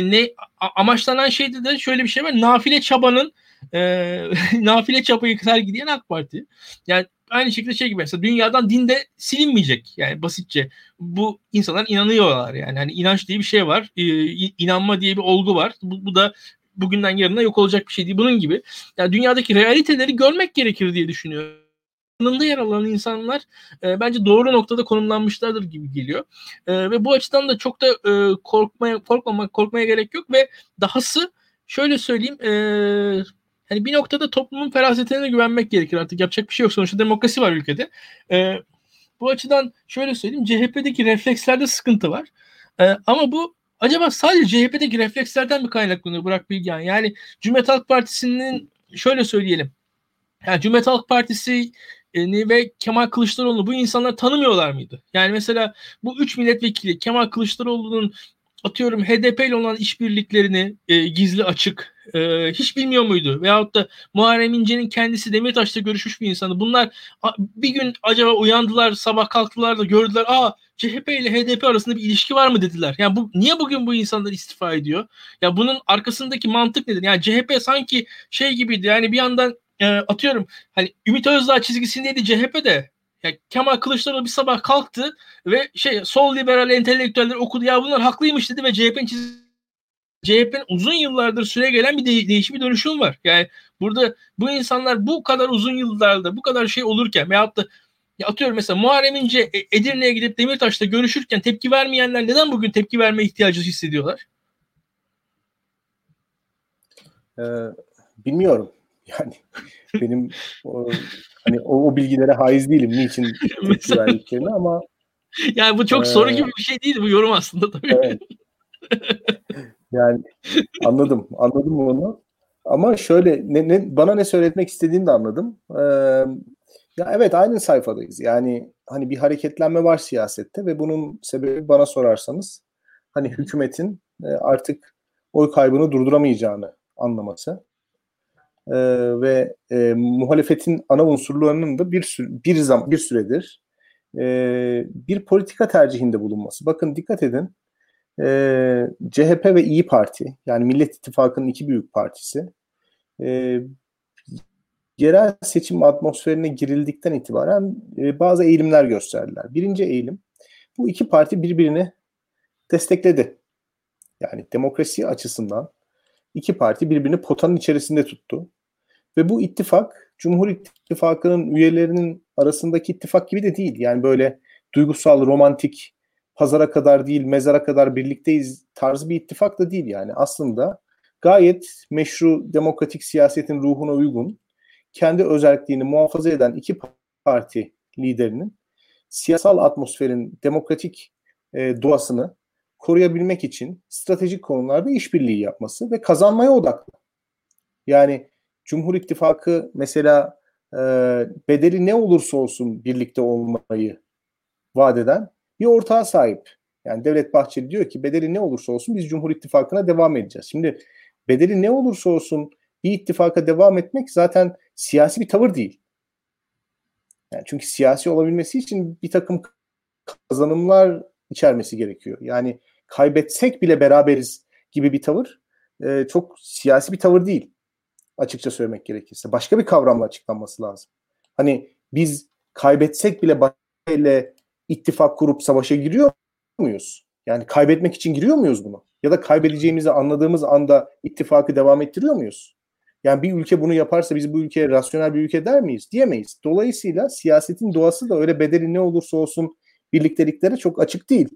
amaçlanan şeyde de şöyle bir şey var. Nafile çabanın nafile çabayı sergileyen AK Parti. Yani aynı şekilde şey gibi, mesela dünyadan din de silinmeyecek. Yani basitçe bu insanlar inanıyorlar yani. Hani inanç diye bir şey var. İnanma diye bir olgu var. Bu da bugünden yarına yok olacak bir şey değil. Bunun gibi. Yani dünyadaki realiteleri görmek gerekir diye düşünüyorum. Yanında yer alan insanlar bence doğru noktada konumlanmışlardır gibi geliyor. Ve bu açıdan da çok da korkmaya gerek yok ve dahası şöyle söyleyeyim, hani bir noktada toplumun ferasetine güvenmek gerekir, artık yapacak bir şey yok. Sonuçta demokrasi var ülkede. Bu açıdan şöyle söyleyeyim, CHP'deki reflekslerde sıkıntı var. Ama bu acaba sadece CHP'deki reflekslerden mi kaynaklanıyor Burak Bilgehan? Yani Cumhuriyet Halk Partisi'nin şöyle söyleyelim. Yani Cumhuriyet Halk Partisi ve Kemal Kılıçdaroğlu bu insanlar tanımıyorlar mıydı? Yani mesela bu 3 milletvekili Kemal Kılıçdaroğlu'nun atıyorum HDP ile olan işbirliklerini gizli açık hiç bilmiyor muydu? Veyahut da Muharrem İnce'nin kendisi Demirtaş'ta görüşmüş bir insanı. Bunlar bir gün acaba uyandılar, sabah kalktılar da gördüler, CHP ile HDP arasında bir ilişki var mı dediler. Yani niye bugün bu insanlar istifa ediyor? Ya bunun arkasındaki mantık nedir? Yani CHP sanki şey gibiydi, yani bir yandan atıyorum hani Ümit Özdağ çizgisindeydi CHP de. Yani Kemal Kılıçdaroğlu bir sabah kalktı ve sol liberal entelektüeller okudu, ya bunlar haklıymış dedi ve CHP'nin uzun yıllardır süre gelen bir değişim, bir dönüşüm var. Yani burada bu insanlar bu kadar uzun yıllarda bu kadar şey olurken veyahut da atıyorum mesela Muharrem İnce Edirne'ye gidip Demirtaş'la görüşürken tepki vermeyenler neden bugün tepki verme ihtiyacı hissediyorlar?
Bilmiyorum. Yani benim hani o bilgilere haiz değilim. Niçin tepki verdiklerini ama
yani bu çok soru gibi bir şey değil, bu yorum aslında tabii.
Evet. Yani anladım onu. Ama şöyle bana ne söyletmek istediğini de anladım. Ya evet, aynı sayfadayız. Yani hani bir hareketlenme var siyasette ve bunun sebebi bana sorarsanız hani hükümetin artık oy kaybını durduramayacağını anlaması. Ve muhalefetin ana unsurlarının da bir süredir bir politika tercihinde bulunması. Bakın dikkat edin. CHP ve İyi Parti, yani Millet İttifakı'nın iki büyük partisi, yerel seçim atmosferine girildikten itibaren bazı eğilimler gösterdiler. Birinci eğilim, bu iki parti birbirini destekledi. Yani demokrasi açısından iki parti birbirini potanın içerisinde tuttu. Ve bu ittifak, Cumhur İttifakı'nın üyelerinin arasındaki ittifak gibi de değil. Yani böyle duygusal, romantik, pazara kadar değil, mezara kadar birlikteyiz tarzı bir ittifak da değil yani. Aslında gayet meşru demokratik siyasetin ruhuna uygun, kendi özelliğini muhafaza eden iki parti liderinin siyasal atmosferin demokratik doğasını koruyabilmek için stratejik konularda işbirliği yapması ve kazanmaya odaklı. Yani Cumhur İttifakı mesela bedeli ne olursa olsun birlikte olmayı vaat eden bir ortağa sahip. Yani Devlet Bahçeli diyor ki bedeli ne olursa olsun biz Cumhur İttifakı'na devam edeceğiz. Şimdi bedeli ne olursa olsun bir ittifaka devam etmek zaten siyasi bir tavır değil. Yani çünkü siyasi olabilmesi için bir takım kazanımlar içermesi gerekiyor. Yani kaybetsek bile beraberiz gibi bir tavır çok siyasi bir tavır değil. Açıkça söylemek gerekirse. Başka bir kavramla açıklanması lazım. Hani biz kaybetsek bile ile ittifak kurup savaşa giriyor muyuz? Yani kaybetmek için giriyor muyuz bunu? Ya da kaybedeceğimizi anladığımız anda ittifakı devam ettiriyor muyuz? Yani bir ülke bunu yaparsa biz bu ülkeye rasyonel bir ülke der miyiz? Diyemeyiz. Dolayısıyla siyasetin doğası da öyle bedeli ne olursa olsun birlikteliklere çok açık değil.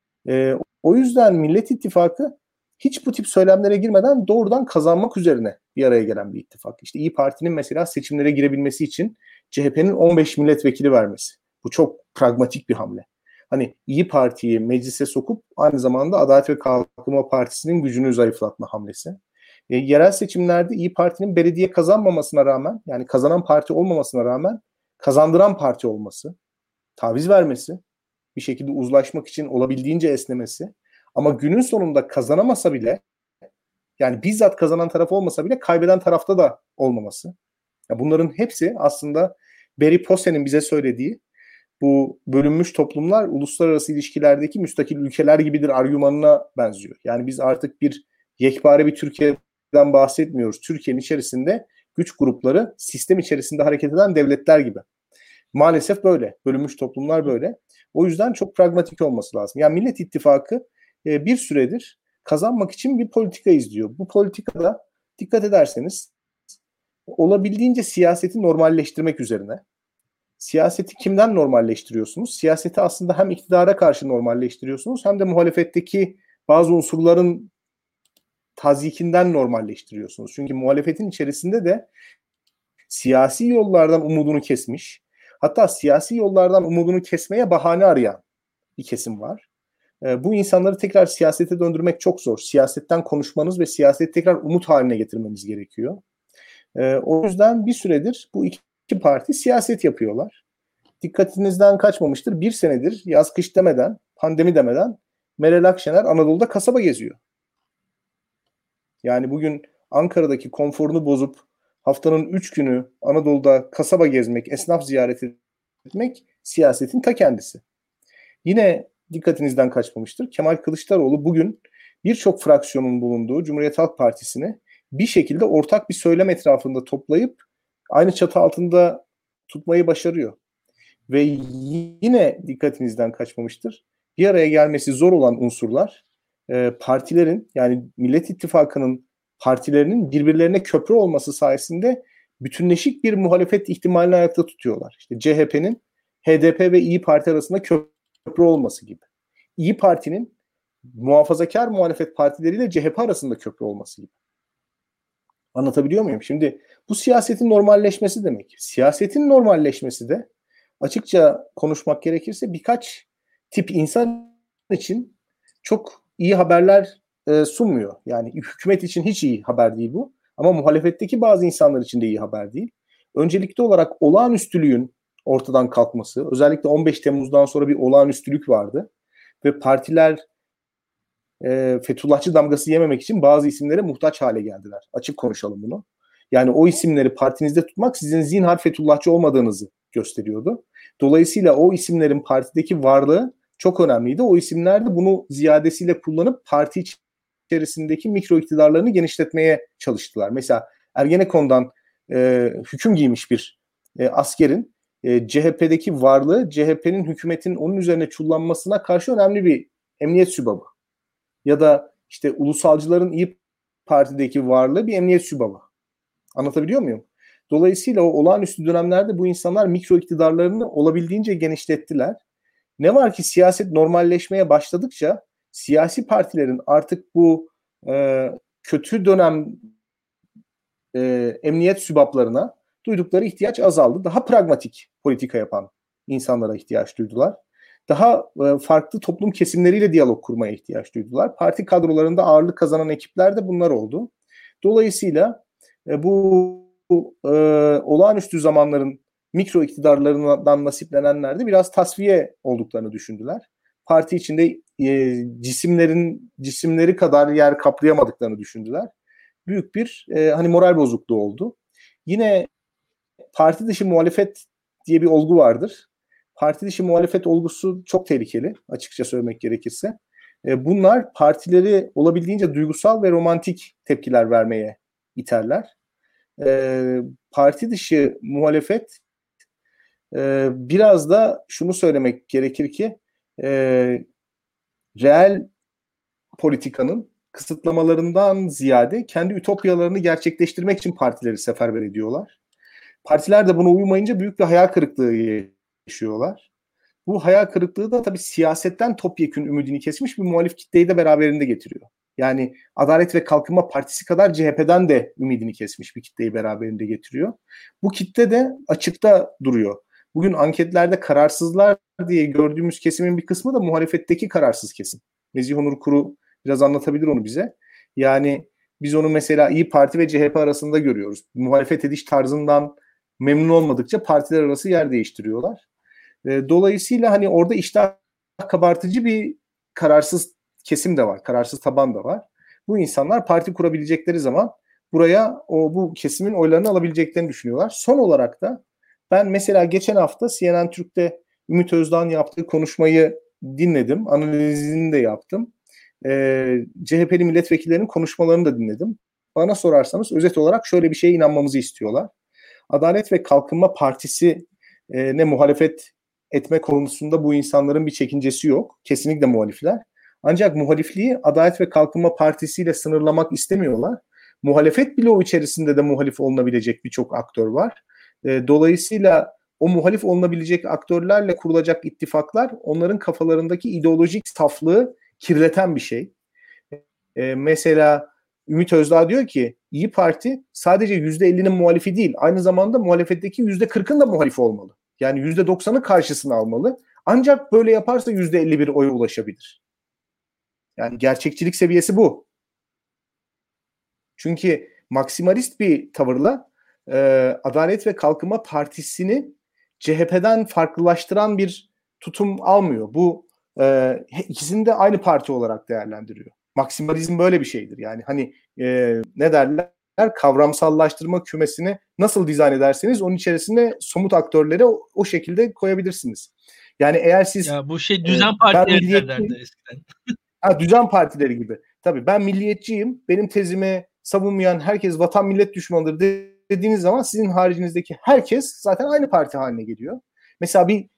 O yüzden Millet İttifakı hiç bu tip söylemlere girmeden doğrudan kazanmak üzerine bir araya gelen bir ittifak. İşte İyi Parti'nin mesela seçimlere girebilmesi için CHP'nin 15 milletvekili vermesi. Bu çok pragmatik bir hamle. Hani İyi Parti'yi meclise sokup aynı zamanda Adalet ve Kalkınma Partisi'nin gücünü zayıflatma hamlesi. Yerel seçimlerde İyi Parti'nin belediye kazanmamasına rağmen, yani kazanan parti olmamasına rağmen kazandıran parti olması, taviz vermesi, bir şekilde uzlaşmak için olabildiğince esnemesi, ama günün sonunda kazanamasa bile, yani bizzat kazanan taraf olmasa bile kaybeden tarafta da olmaması. Ya bunların hepsi aslında Barry Posse'nin bize söylediği bu bölünmüş toplumlar uluslararası ilişkilerdeki müstakil ülkeler gibidir argümanına benziyor. Yani biz artık bir yekpare bir Türkiye'den bahsetmiyoruz. Türkiye'nin içerisinde güç grupları sistem içerisinde hareket eden devletler gibi. Maalesef böyle. Bölünmüş toplumlar böyle. O yüzden çok pragmatik olması lazım. Yani Millet İttifakı bir süredir kazanmak için bir politika izliyor. Bu politikada dikkat ederseniz olabildiğince siyaseti normalleştirmek üzerine. Siyaseti kimden normalleştiriyorsunuz? Siyaseti aslında hem iktidara karşı normalleştiriyorsunuz hem de muhalefetteki bazı unsurların tazyikinden normalleştiriyorsunuz. Çünkü muhalefetin içerisinde de siyasi yollardan umudunu kesmiş, hatta siyasi yollardan umudunu kesmeye bahane arayan bir kesim var. Bu insanları tekrar siyasete döndürmek çok zor. Siyasetten konuşmanız ve siyaseti tekrar umut haline getirmeniz gerekiyor. O yüzden bir süredir bu iki parti siyaset yapıyorlar. Dikkatinizden kaçmamıştır. Bir senedir yaz kış demeden, pandemi demeden Meral Akşener Anadolu'da kasaba geziyor. Yani bugün Ankara'daki konforunu bozup haftanın 3 günü Anadolu'da kasaba gezmek, esnaf ziyareti etmek siyasetin ta kendisi. Yine dikkatinizden kaçmamıştır. Kemal Kılıçdaroğlu bugün birçok fraksiyonun bulunduğu Cumhuriyet Halk Partisi'ni bir şekilde ortak bir söylem etrafında toplayıp aynı çatı altında tutmayı başarıyor. Ve yine dikkatinizden kaçmamıştır. Bir araya gelmesi zor olan unsurlar partilerin, yani Millet İttifakı'nın partilerinin birbirlerine köprü olması sayesinde bütünleşik bir muhalefet ihtimalini ayakta tutuyorlar. İşte CHP'nin HDP ve İyi Parti arasında köprü olması gibi. İyi Parti'nin muhafazakar muhalefet partileriyle CHP arasında köprü olması gibi. Anlatabiliyor muyum? Şimdi bu siyasetin normalleşmesi demek. Siyasetin normalleşmesi de açıkça konuşmak gerekirse birkaç tip insan için çok iyi haberler sunmuyor. Yani hükümet için hiç iyi haber değil bu. Ama muhalefetteki bazı insanlar için de iyi haber değil. Öncelikli olarak olağanüstülüğün ortadan kalkması, özellikle 15 Temmuz'dan sonra bir olağanüstülük vardı. Ve partiler Fethullahçı damgası yememek için bazı isimlere muhtaç hale geldiler. Açık konuşalım bunu. Yani o isimleri partinizde tutmak sizin zinhar Fethullahçı olmadığınızı gösteriyordu. Dolayısıyla o isimlerin partideki varlığı çok önemliydi. O isimler de bunu ziyadesiyle kullanıp parti içerisindeki mikro iktidarlarını genişletmeye çalıştılar. Mesela Ergenekon'dan hüküm giymiş bir askerin CHP'deki varlığı CHP'nin hükümetin onun üzerine çullanmasına karşı önemli bir emniyet sübabı. Ya da işte ulusalcıların İyi Parti'deki varlığı bir emniyet sübabı. Anlatabiliyor muyum? Dolayısıyla o olağanüstü dönemlerde bu insanlar mikro iktidarlarını olabildiğince genişlettiler. Ne var ki siyaset normalleşmeye başladıkça siyasi partilerin artık bu kötü dönem emniyet sübaplarına duydukları ihtiyaç azaldı. Daha pragmatik politika yapan insanlara ihtiyaç duydular. Daha farklı toplum kesimleriyle diyalog kurmaya ihtiyaç duydular. Parti kadrolarında ağırlık kazanan ekipler de bunlar oldu. Dolayısıyla bu olağanüstü zamanların mikro iktidarlarından nasiplenenler de biraz tasfiye olduklarını düşündüler. Parti içinde cisimleri kadar yer kaplayamadıklarını düşündüler. Büyük bir hani moral bozukluğu oldu. Yine parti dışı muhalefet diye bir olgu vardır. Parti dışı muhalefet olgusu çok tehlikeli, açıkça söylemek gerekirse. Bunlar partileri olabildiğince duygusal ve romantik tepkiler vermeye iterler. Parti dışı muhalefet biraz da şunu söylemek gerekir ki reel politikanın kısıtlamalarından ziyade kendi ütopyalarını gerçekleştirmek için partileri seferber ediyorlar. Partiler de buna uymayınca büyük bir hayal kırıklığı yaşıyorlar. Bu hayal kırıklığı da tabii siyasetten topyekün ümidini kesmiş bir muhalif kitleyi de beraberinde getiriyor. Yani Adalet ve Kalkınma Partisi kadar CHP'den de ümidini kesmiş bir kitleyi beraberinde getiriyor. Bu kitle de açıkta duruyor. Bugün anketlerde kararsızlar diye gördüğümüz kesimin bir kısmı da muhalefetteki kararsız kesim. Nezih Onur Kuru biraz anlatabilir onu bize. Yani biz onu mesela İYİ Parti ve CHP arasında görüyoruz. Muhalefet ediş tarzından memnun olmadıkça partiler arası yer değiştiriyorlar. Dolayısıyla hani orada iştah kabartıcı bir kararsız kesim de var. Kararsız taban da var. Bu insanlar parti kurabilecekleri zaman buraya bu kesimin oylarını alabileceklerini düşünüyorlar. Son olarak da ben mesela geçen hafta CNN Türk'te Ümit Özdağ'ın yaptığı konuşmayı dinledim. Analizini de yaptım. CHP'li milletvekillerinin konuşmalarını da dinledim. Bana sorarsanız özet olarak şöyle bir şeye inanmamızı istiyorlar. Adalet ve Kalkınma Partisi ne muhalefet etme konusunda bu insanların bir çekincesi yok. Kesinlikle muhalifler. Ancak muhalifliği Adalet ve Kalkınma Partisi ile sınırlamak istemiyorlar. Muhalefet bloğu içerisinde de muhalif olunabilecek birçok aktör var. Dolayısıyla o muhalif olunabilecek aktörlerle kurulacak ittifaklar onların kafalarındaki ideolojik saflığı kirleten bir şey. Mesela Ümit Özdağ diyor ki İYİ Parti sadece %50'nin muhalifi değil, aynı zamanda muhalefetteki %40'ın da muhalifi olmalı. Yani %90'ı karşısına almalı. Ancak böyle yaparsa %51 oya ulaşabilir. Yani gerçekçilik seviyesi bu. Çünkü maksimalist bir tavırla Adalet ve Kalkınma Partisi'ni CHP'den farklılaştıran bir tutum almıyor. Bu ikisini de aynı parti olarak değerlendiriyor. Maksimalizm böyle bir şeydir. Yani hani ne derler? Kavramsallaştırma kümesini nasıl dizayn ederseniz onun içerisine somut aktörleri o şekilde koyabilirsiniz. Yani eğer siz
ya bu düzen partileri derlerdi eskiden.
Düzen partileri gibi. Tabii ben milliyetçiyim. Benim tezimi savunmayan herkes vatan millet düşmanıdır dediğiniz zaman sizin haricinizdeki herkes zaten aynı parti haline geliyor. Mesela bir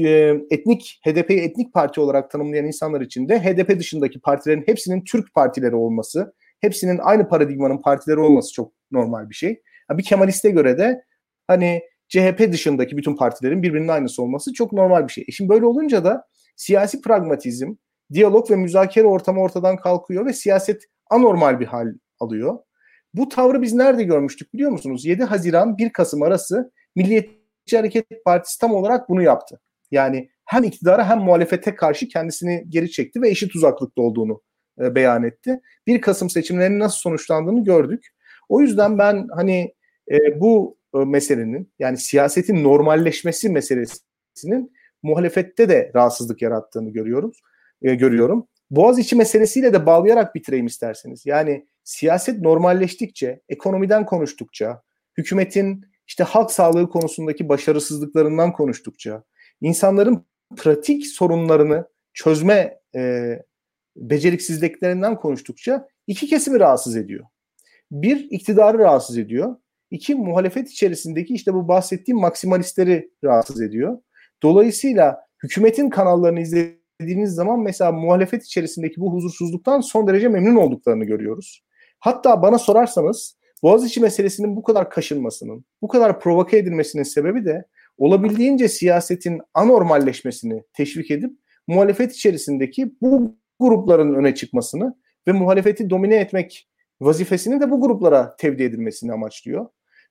HDP'yi etnik parti olarak tanımlayan insanlar için de HDP dışındaki partilerin hepsinin Türk partileri olması, hepsinin aynı paradigmanın partileri olması çok normal bir şey. Bir Kemaliste göre de hani CHP dışındaki bütün partilerin birbirinin aynısı olması çok normal bir şey. Şimdi böyle olunca da siyasi pragmatizm, diyalog ve müzakere ortamı ortadan kalkıyor ve siyaset anormal bir hal alıyor. Bu tavrı biz nerede görmüştük biliyor musunuz? 7 Haziran 1 Kasım arası Milliyetçi Hareket Partisi tam olarak bunu yaptı. Yani hem iktidara hem muhalefete karşı kendisini geri çekti ve eşit uzaklıkta olduğunu beyan etti. 1 Kasım seçimlerinin nasıl sonuçlandığını gördük. O yüzden ben hani bu meselenin yani siyasetin normalleşmesi meselesinin muhalefette de rahatsızlık yarattığını görüyorum. Boğaziçi meselesiyle de bağlayarak bitireyim isterseniz. Yani siyaset normalleştikçe, ekonomiden konuştukça, hükümetin işte halk sağlığı konusundaki başarısızlıklarından konuştukça, insanların pratik sorunlarını çözme beceriksizliklerinden konuştukça iki kesimi rahatsız ediyor. Bir, iktidarı rahatsız ediyor. İki, muhalefet içerisindeki işte bu bahsettiğim maksimalistleri rahatsız ediyor. Dolayısıyla hükümetin kanallarını izlediğiniz zaman mesela muhalefet içerisindeki bu huzursuzluktan son derece memnun olduklarını görüyoruz. Hatta bana sorarsanız Boğaziçi meselesinin bu kadar kaşınmasının, bu kadar provoke edilmesinin sebebi de olabildiğince siyasetin anormalleşmesini teşvik edip muhalefet içerisindeki bu grupların öne çıkmasını ve muhalefeti domine etmek vazifesinin de bu gruplara tevdi edilmesini amaçlıyor.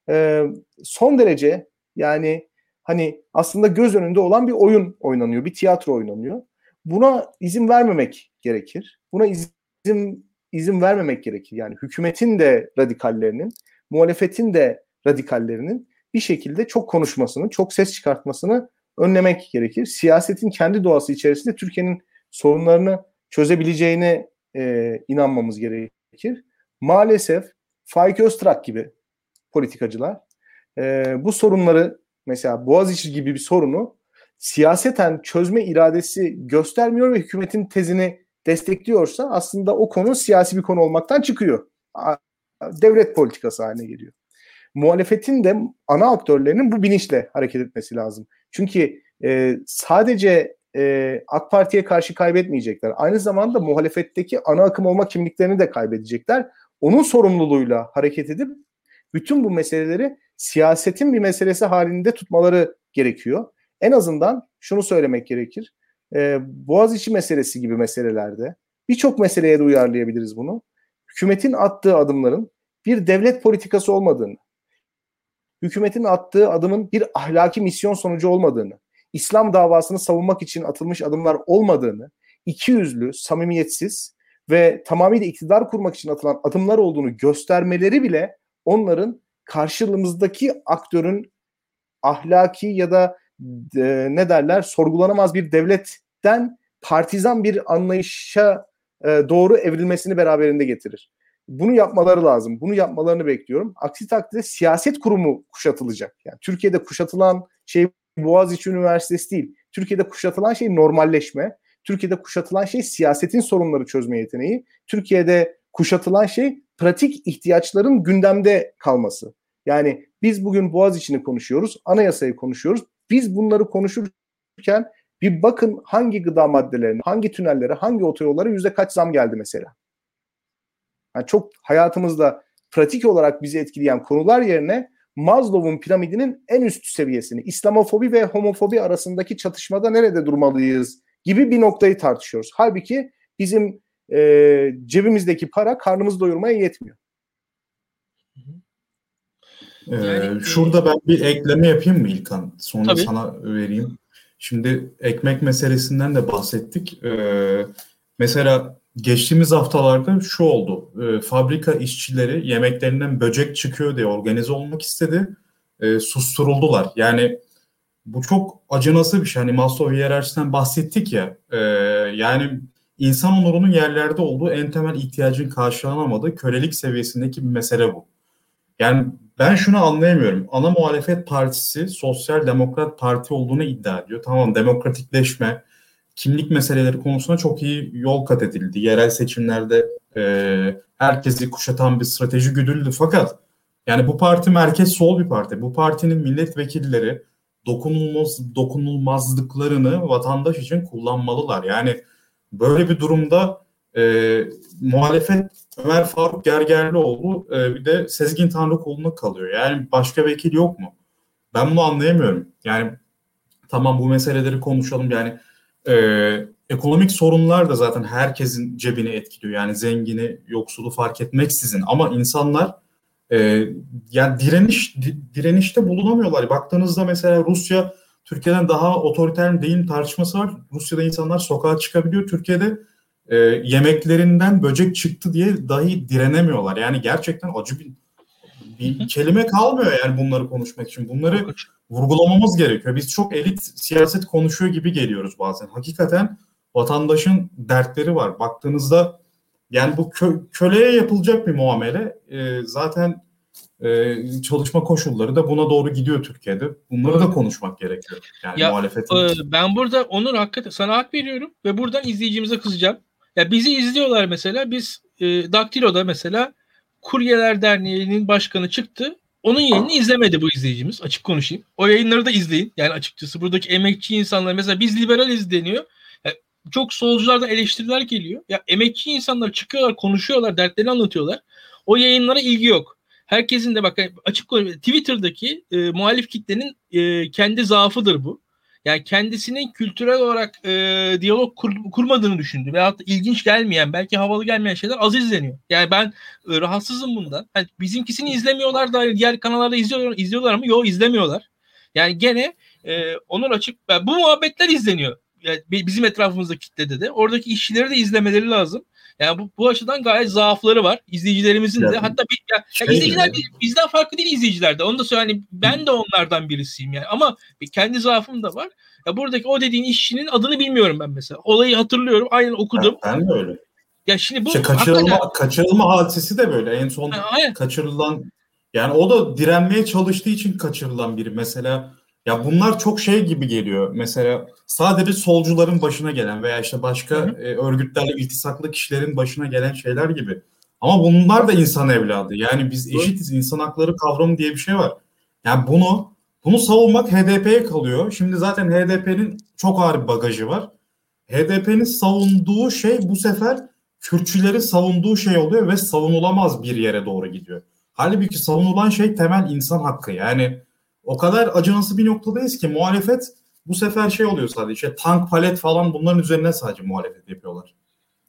Son derece yani hani aslında göz önünde olan bir oyun oynanıyor, bir tiyatro oynanıyor. Buna izin vermemek gerekir. Buna izin vermemek gerekir. Yani hükümetin de radikallerinin, muhalefetin de radikallerinin bir şekilde çok konuşmasını, çok ses çıkartmasını önlemek gerekir. Siyasetin kendi doğası içerisinde Türkiye'nin sorunlarını çözebileceğine inanmamız gerekir. Maalesef Faik Öztrak gibi politikacılar bu sorunları mesela Boğaziçi gibi bir sorunu siyaseten çözme iradesi göstermiyor ve hükümetin tezini destekliyorsa aslında o konu siyasi bir konu olmaktan çıkıyor. Devlet politikası haline geliyor. Muhalefetin de ana aktörlerinin bu bilinçle hareket etmesi lazım. Çünkü sadece AK Parti'ye karşı kaybetmeyecekler. Aynı zamanda muhalefetteki ana akım olma kimliklerini de kaybedecekler. Onun sorumluluğuyla hareket edip bütün bu meseleleri siyasetin bir meselesi halinde tutmaları gerekiyor. En azından şunu söylemek gerekir. Boğaziçi meselesi gibi meselelerde Birçok meseleye de uyarlayabiliriz bunu. Hükümetin attığı adımların bir devlet politikası olmadığını, hükümetin attığı adımın bir ahlaki misyon sonucu olmadığını, İslam davasını savunmak için atılmış adımlar olmadığını, ikiyüzlü, samimiyetsiz ve tamamıyla iktidar kurmak için atılan adımlar olduğunu göstermeleri bile onların karşımızdaki aktörün ahlaki ya da ne derler sorgulanamaz bir devletten partizan bir anlayışa doğru evrilmesini beraberinde getirir. Bunu yapmaları lazım. Bunu yapmalarını bekliyorum. Aksi takdirde siyaset kurumu kuşatılacak. Yani Türkiye'de kuşatılan şey Boğaziçi Üniversitesi değil. Türkiye'de kuşatılan şey normalleşme. Türkiye'de kuşatılan şey siyasetin sorunları çözme yeteneği. Türkiye'de kuşatılan şey pratik ihtiyaçların gündemde kalması. Yani biz bugün Boğaziçi'ni konuşuyoruz, anayasayı konuşuyoruz. Biz bunları konuşurken bir bakın hangi gıda maddelerine, hangi tünellere, hangi otoyollara yüzde kaç zam geldi mesela. Yani çok hayatımızda pratik olarak bizi etkileyen konular yerine Maslow'un piramidinin en üst seviyesini, İslamofobi ve homofobi arasındaki çatışmada nerede durmalıyız gibi bir noktayı tartışıyoruz. Halbuki bizim cebimizdeki para karnımızı doyurmaya yetmiyor.
Şurada ben bir ekleme yapayım mı İlkan? Sonra
Tabii.
sana vereyim. Şimdi ekmek meselesinden de bahsettik. Mesela geçtiğimiz haftalarda şu oldu. Fabrika işçileri yemeklerinden böcek çıkıyor diye organize olmak istedi. Susturuldular. Yani bu çok acınası bir şey. Hani Maslow hiyerarşisinden bahsettik ya. Yani insan onurunun yerlerde olduğu en temel ihtiyacın karşılanamadığı kölelik seviyesindeki bir mesele bu. Yani ben şunu anlayamıyorum. Ana muhalefet partisi Sosyal Demokrat Parti olduğunu iddia ediyor. Tamam, demokratikleşme, kimlik meseleleri konusunda çok iyi yol kat edildi. Yerel seçimlerde herkesi kuşatan bir strateji güdüldü. Fakat yani bu parti merkez sol bir parti. Bu partinin milletvekilleri dokunulmazlıklarını vatandaş için kullanmalılar. Yani böyle bir durumda muhalefet Ömer Faruk Gergerlioğlu bir de Sezgin Tanrıkulu'na kalıyor. Yani başka vekil yok mu? Ben bunu anlayamıyorum. Yani tamam, bu meseleleri konuşalım. Yani ekonomik sorunlar da zaten herkesin cebini etkiliyor. Yani zengini, yoksulu fark etmeksizin. Ama insanlar yani direnişte bulunamıyorlar. Baktığınızda mesela Rusya Türkiye'den daha otoriter mi değil mi tartışması var. Rusya'da insanlar sokağa çıkabiliyor. Türkiye'de yemeklerinden böcek çıktı diye dahi direnemiyorlar. Yani gerçekten acı bir kelime kalmıyor yani bunları konuşmak için. Bunları vurgulamamız gerekiyor. Biz çok elit siyaset konuşuyor gibi geliyoruz bazen. Hakikaten vatandaşın dertleri var. Baktığınızda yani bu köleye yapılacak bir muamele. Zaten çalışma koşulları da buna doğru gidiyor Türkiye'de. Bunları da konuşmak gerekiyor. Yani muhalefetin.
Ben burada Onur hakikaten sana hak veriyorum ve buradan izleyicimize kızacağım. Ya bizi izliyorlar mesela. Biz Daktilo'da mesela Kuryeler Derneği'nin başkanı çıktı. Onun yayını izlemedi bu izleyicimiz. Açık konuşayım. O yayınları da izleyin. Yani açıkçası buradaki emekçi insanlar mesela biz liberaliz deniyor. Yani çok solculardan eleştiriler geliyor. Ya emekçi insanlar çıkıyorlar, konuşuyorlar, dertlerini anlatıyorlar. O yayınlara ilgi yok. Herkesin de bak açık konuşayım. Twitter'daki muhalif kitlenin kendi zaafıdır bu. Yani kendisinin kültürel olarak diyalog kurmadığını düşündü. Veyahut da ilginç gelmeyen, belki havalı gelmeyen şeyler az izleniyor. Yani ben rahatsızım bundan. Yani bizimkisini izlemiyorlar da diğer kanallarda izliyorlar mı? Yok, izlemiyorlar. Yani gene Onur açık. Yani bu muhabbetler izleniyor. Yani bizim etrafımızdaki kitlede de. Oradaki işçileri de izlemeleri lazım. Yani bu açıdan gayet zaafları var. İzleyicilerimizin de. Hatta izleyiciler bizden farklı değil izleyiciler de. Onu da söyleyeyim. Yani ben de onlardan birisiyim yani. Ama kendi zaafım da var. Ya buradaki o dediğin işçinin adını bilmiyorum ben mesela. Olayı hatırlıyorum. Aynen okudum.
Ben de öyle.
Ya şimdi bu
kaçırılma hadisesi de böyle. En son kaçırılan, yani o da direnmeye çalıştığı için kaçırılan biri. Mesela ya bunlar çok şey gibi geliyor. Mesela sadece solcuların başına gelen veya işte başka örgütlerle iltisaklı kişilerin başına gelen şeyler gibi. Ama bunlar da insan evladı. Yani biz eşitiz. İnsan hakları kavramı diye bir şey var. Yani bunu savunmak HDP'ye kalıyor. Şimdi zaten HDP'nin çok ağır bir bagajı var. HDP'nin savunduğu şey bu sefer Kürtçülerin savunduğu şey oluyor ve savunulamaz bir yere doğru gidiyor. Halbuki savunulan şey temel insan hakkı. Yani o kadar acınası bir noktadayız ki muhalefet bu sefer şey oluyor sadece. İşte tank, palet falan bunların üzerine sadece muhalefet yapıyorlar.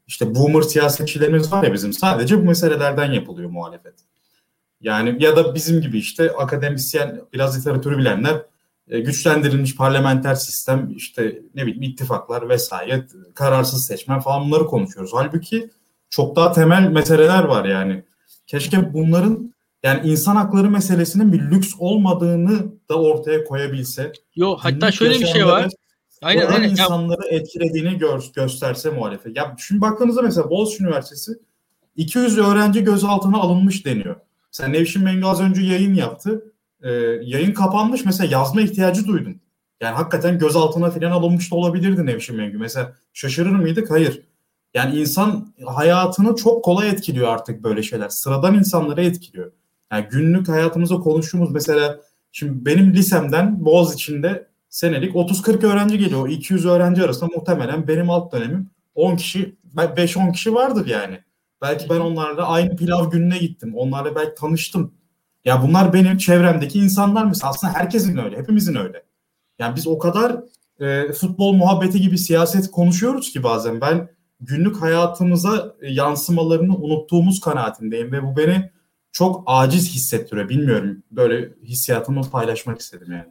işte boomer siyasetçilerimiz var ya bizim, sadece bu meselelerden yapılıyor muhalefet. Yani ya da bizim gibi işte akademisyen, biraz literatürü bilenler, güçlendirilmiş parlamenter sistem, işte ne bileyim ittifaklar vesaire, kararsız seçmen falan, bunları konuşuyoruz. Halbuki çok daha temel meseleler var yani. Keşke bunların, yani insan hakları meselesinin bir lüks olmadığını da ortaya koyabilse.
Yo, hatta
Günlük
şöyle bir şey var. Aynen
Aynen.
aynen.
insanları etkilediğini gösterse muhalefet. Ya şimdi baktığınızda mesela Boğaziçi Üniversitesi 200 öğrenci gözaltına alınmış deniyor. Mesela Nevşin Mengü az önce yayın yaptı. Yayın kapanmış. Mesela yazma ihtiyacı duydum. Yani hakikaten gözaltına falan alınmış da olabilirdi Nevşin Mengü. Mesela şaşırır mıydık? Hayır. Yani insan hayatını çok kolay etkiliyor artık böyle şeyler. Sıradan insanları etkiliyor. Yani günlük hayatımızda konuştuğumuz, mesela şimdi benim lisemden Boğaziçi'nde senelik 30-40 öğrenci geliyor. O 200 öğrenci arasında muhtemelen benim alt dönemim 10 kişi, 5-10 kişi vardır yani. Belki ben onlarla aynı pilav gününe gittim. Onlarla belki tanıştım. Ya bunlar benim çevremdeki insanlar mesela. Aslında herkesin öyle. Hepimizin öyle. Yani biz o kadar futbol muhabbeti gibi siyaset konuşuyoruz ki bazen. Ben günlük hayatımıza yansımalarını unuttuğumuz kanaatindeyim ve bu beni çok aciz hissettiriyor. Bilmiyorum. Böyle hissiyatımı paylaşmak istedim yani.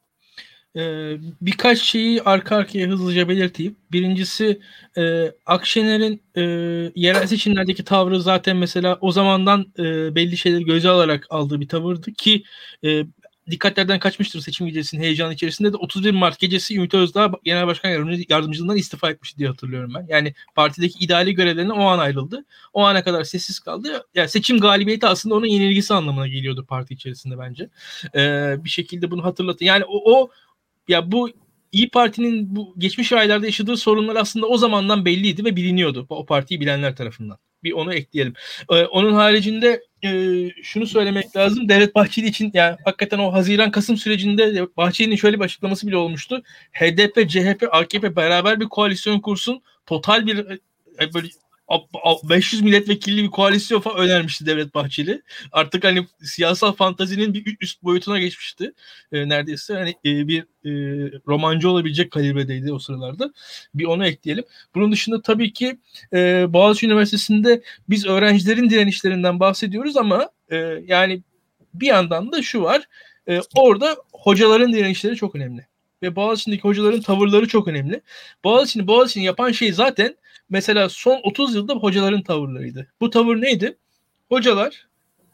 Birkaç şeyi arka arkaya hızlıca belirteyim. Birincisi, Akşener'in yerel seçimlerdeki tavrı zaten mesela o zamandan belli şeyleri göze alarak aldığı bir tavırdı ki dikkatlerden kaçmıştır seçim gecesinin heyecanı içerisinde de 31 Mart gecesi Ümit Özdağ Genel Başkan Yardımcılığından istifa etmişti diye hatırlıyorum ben. Yani partideki idari görevlerine o an ayrıldı. O ana kadar sessiz kaldı. Yani seçim galibiyeti aslında onun yenilgisi anlamına geliyordu parti içerisinde bence. Bir şekilde bunu hatırlatın. Yani ya bu İYİ Parti'nin bu geçmiş aylarda yaşadığı sorunlar aslında o zamandan belliydi ve biliniyordu o partiyi bilenler tarafından. Bir onu ekleyelim. Onun haricinde şunu söylemek lazım. Devlet Bahçeli için yani hakikaten o Haziran-Kasım sürecinde Bahçeli'nin şöyle bir açıklaması bile olmuştu. HDP, CHP, AKP beraber bir koalisyon kursun. Total bir böyle 500 milletvekilli bir koalisyon falan önermişti Devlet Bahçeli. Artık hani siyasal fantazinin bir üst boyutuna geçmişti. Neredeyse hani bir romancı olabilecek kalibredeydi o sıralarda. Bir onu ekleyelim. Bunun dışında tabii ki Boğaziçi Üniversitesi'nde biz öğrencilerin direnişlerinden bahsediyoruz ama yani bir yandan da şu var. Orada hocaların direnişleri çok önemli. Ve Boğaziçi'ndeki hocaların tavırları çok önemli. Boğaziçi'ni yapan şey zaten mesela son 30 yılda hocaların tavırlarıydı. Bu tavır neydi? Hocalar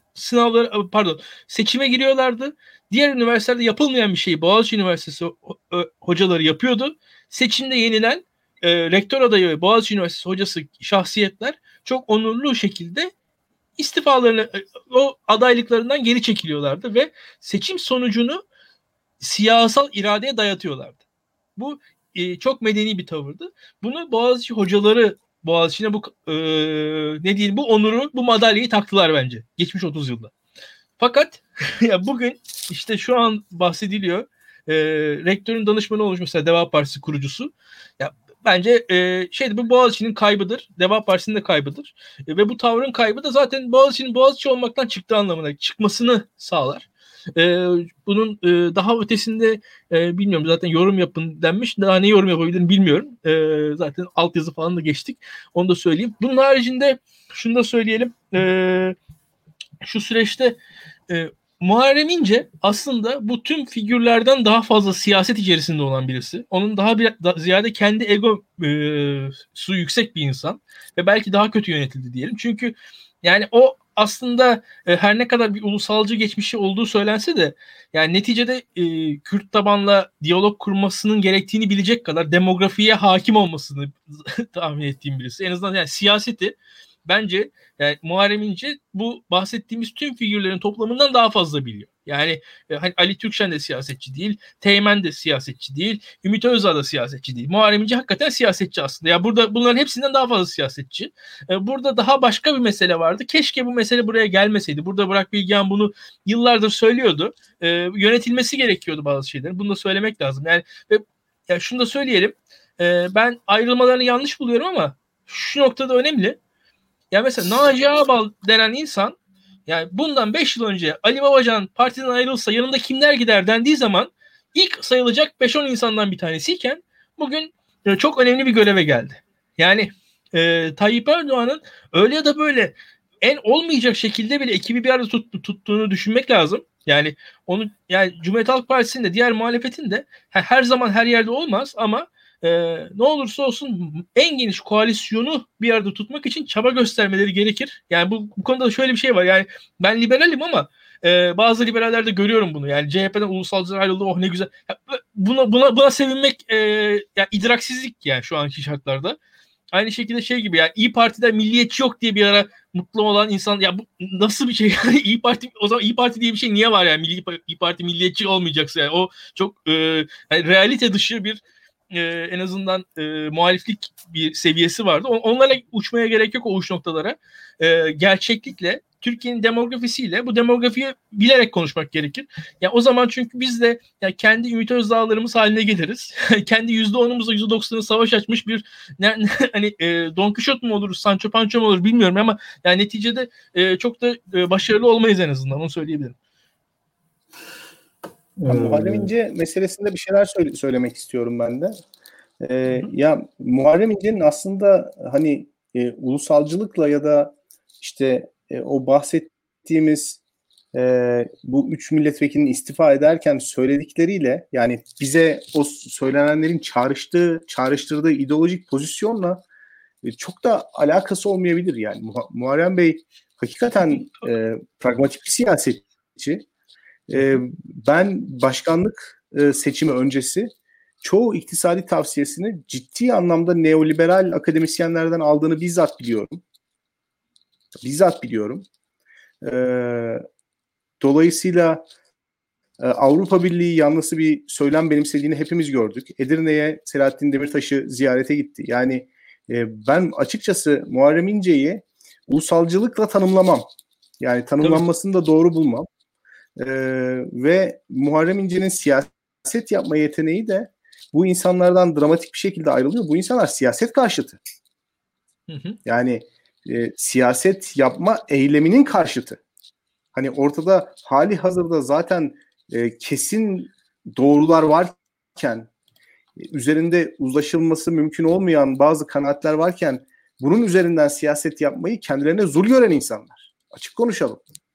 seçime giriyorlardı. Diğer üniversitelerde yapılmayan bir şeyi Boğaziçi Üniversitesi hocaları yapıyordu. Seçimde yenilen rektör adayı ve Boğaziçi Üniversitesi hocası şahsiyetler çok onurlu şekilde istifalarını, o adaylıklarından geri çekiliyorlardı ve seçim sonucunu siyasal iradeye dayatıyorlardı. Bu çok medeni bir tavırdı. Bunu Boğaziçi hocaları Boğaziçi'ne bu bu onuru, bu madalyayı taktılar bence. Geçmiş 30 yılda. Fakat ya bugün işte şu an bahsediliyor. Rektörün danışmanı olmuş mesela Deva Partisi kurucusu. Ya bence bu Boğaziçi'nin kaybıdır. Deva Partisi'nin de kaybıdır. Ve bu tavrın kaybı da zaten Boğaziçi'nin Boğaziçi olmaktan çıktığı anlamına çıkmasını sağlar. Bunun daha ötesinde bilmiyorum, zaten yorum yapın denmiş. Daha ne yorum yapabilirim bilmiyorum. Zaten altyazı falan da geçtik. Onu da söyleyeyim. Bunun haricinde şunu da söyleyelim. Şu süreçte Muharrem İnce aslında bu tüm figürlerden daha fazla siyaset içerisinde olan birisi. Onun daha ziyade kendi egosu yüksek bir insan ve belki daha kötü yönetildi diyelim. Çünkü yani o aslında her ne kadar bir ulusalcı geçmişi olduğu söylense de yani neticede Kürt tabanla diyalog kurmasının gerektiğini bilecek kadar demografiye hakim olmasını tahmin ettiğim birisi. En azından yani siyaseti bence yani Muharrem İnce bu bahsettiğimiz tüm figürlerin toplamından daha fazla biliyor. Yani hani Ali Türkşen de siyasetçi değil, Teğmen de siyasetçi değil, Ümit Özdağ da siyasetçi değil. Muharrem İnce hakikaten siyasetçi aslında. Ya burada bunların hepsinden daha fazla siyasetçi. Burada daha başka bir mesele vardı. Keşke bu mesele buraya gelmeseydi. Burada Burak Bilgehan bunu yıllardır söylüyordu. Yönetilmesi gerekiyordu bazı şeylerin. Bunu da söylemek lazım. Yani ya şunu da söyleyelim. Ben ayrılmalarını yanlış buluyorum ama şu noktada önemli. Ya mesela Naci Ağbal denen insan, yani bundan 5 yıl önce Ali Babacan partiden ayrılsa yanında kimler gider dendiği zaman ilk sayılacak 5-10 insandan bir tanesiyken bugün çok önemli bir göreve geldi. Yani Tayyip Erdoğan'ın öyle ya da böyle en olmayacak şekilde bile ekibi bir arada tuttuğunu düşünmek lazım. Yani onu, yani Cumhuriyet Halk Partisi'nin de diğer muhalefetin de her zaman her yerde olmaz ama ne olursa olsun en geniş koalisyonu bir arada tutmak için çaba göstermeleri gerekir. Yani bu konuda şöyle bir şey var. Yani ben liberalim ama bazı liberallerde görüyorum bunu. Yani CHP'den ulusalcılar ayrıldı. Oh ne güzel. Buna sevinmek yani idraksizlik yani şu anki şartlarda. Aynı şekilde şey gibi, yani İyi Parti'de milliyetçi yok diye bir ara mutlu olan insan, ya bu nasıl bir şey? İyi Parti, o zaman İyi Parti diye bir şey niye var yani? İyi Parti milliyetçi olmayacaksa yani o çok yani realite dışı bir en azından muhaliflik bir seviyesi vardı. Onlara uçmaya gerek yok, o uç noktalara. Gerçeklikle, Türkiye'nin demografisiyle bu demografiyi bilerek konuşmak gerekir. Ya o zaman çünkü biz de ya kendi Ümit Özdağlarımız haline geliriz. Kendi %10'umuzla %90'ı savaş açmış bir hani Don Quixote mu oluruz, Sancho Pancho mu olur bilmiyorum ama yani neticede çok da başarılı olmayız, en azından onu söyleyebilirim.
Muharrem İnce meselesinde bir şeyler söylemek istiyorum ben de. Ya Muharrem İnce'nin aslında hani ulusalcılıkla ya da işte o bahsettiğimiz bu 3 milletvekilinin istifa ederken söyledikleriyle, yani bize o söylenenlerin çağrıştırdığı ideolojik pozisyonla çok da alakası olmayabilir. Yani Muharrem Bey hakikaten pragmatik bir siyasetçi. Ben başkanlık seçimi öncesi çoğu iktisadi tavsiyesini ciddi anlamda neoliberal akademisyenlerden aldığını bizzat biliyorum. Dolayısıyla Avrupa Birliği yanlısı bir söylem benimsediğini hepimiz gördük. Edirne'ye Selahattin Demirtaş'ı ziyarete gitti. Yani ben açıkçası Muharrem İnce'yi ulusalcılıkla tanımlamam. Yani tanımlanmasını da doğru bulmam. Ve Muharrem İnce'nin siyaset yapma yeteneği de bu insanlardan dramatik bir şekilde ayrılıyor. Bu insanlar siyaset karşıtı. Yani siyaset yapma eyleminin karşıtı. Hani ortada hali hazırda zaten kesin doğrular varken, üzerinde uzlaşılması mümkün olmayan bazı kanaatler varken bunun üzerinden siyaset yapmayı kendilerine zul gören insanlar. Açık konuşalım.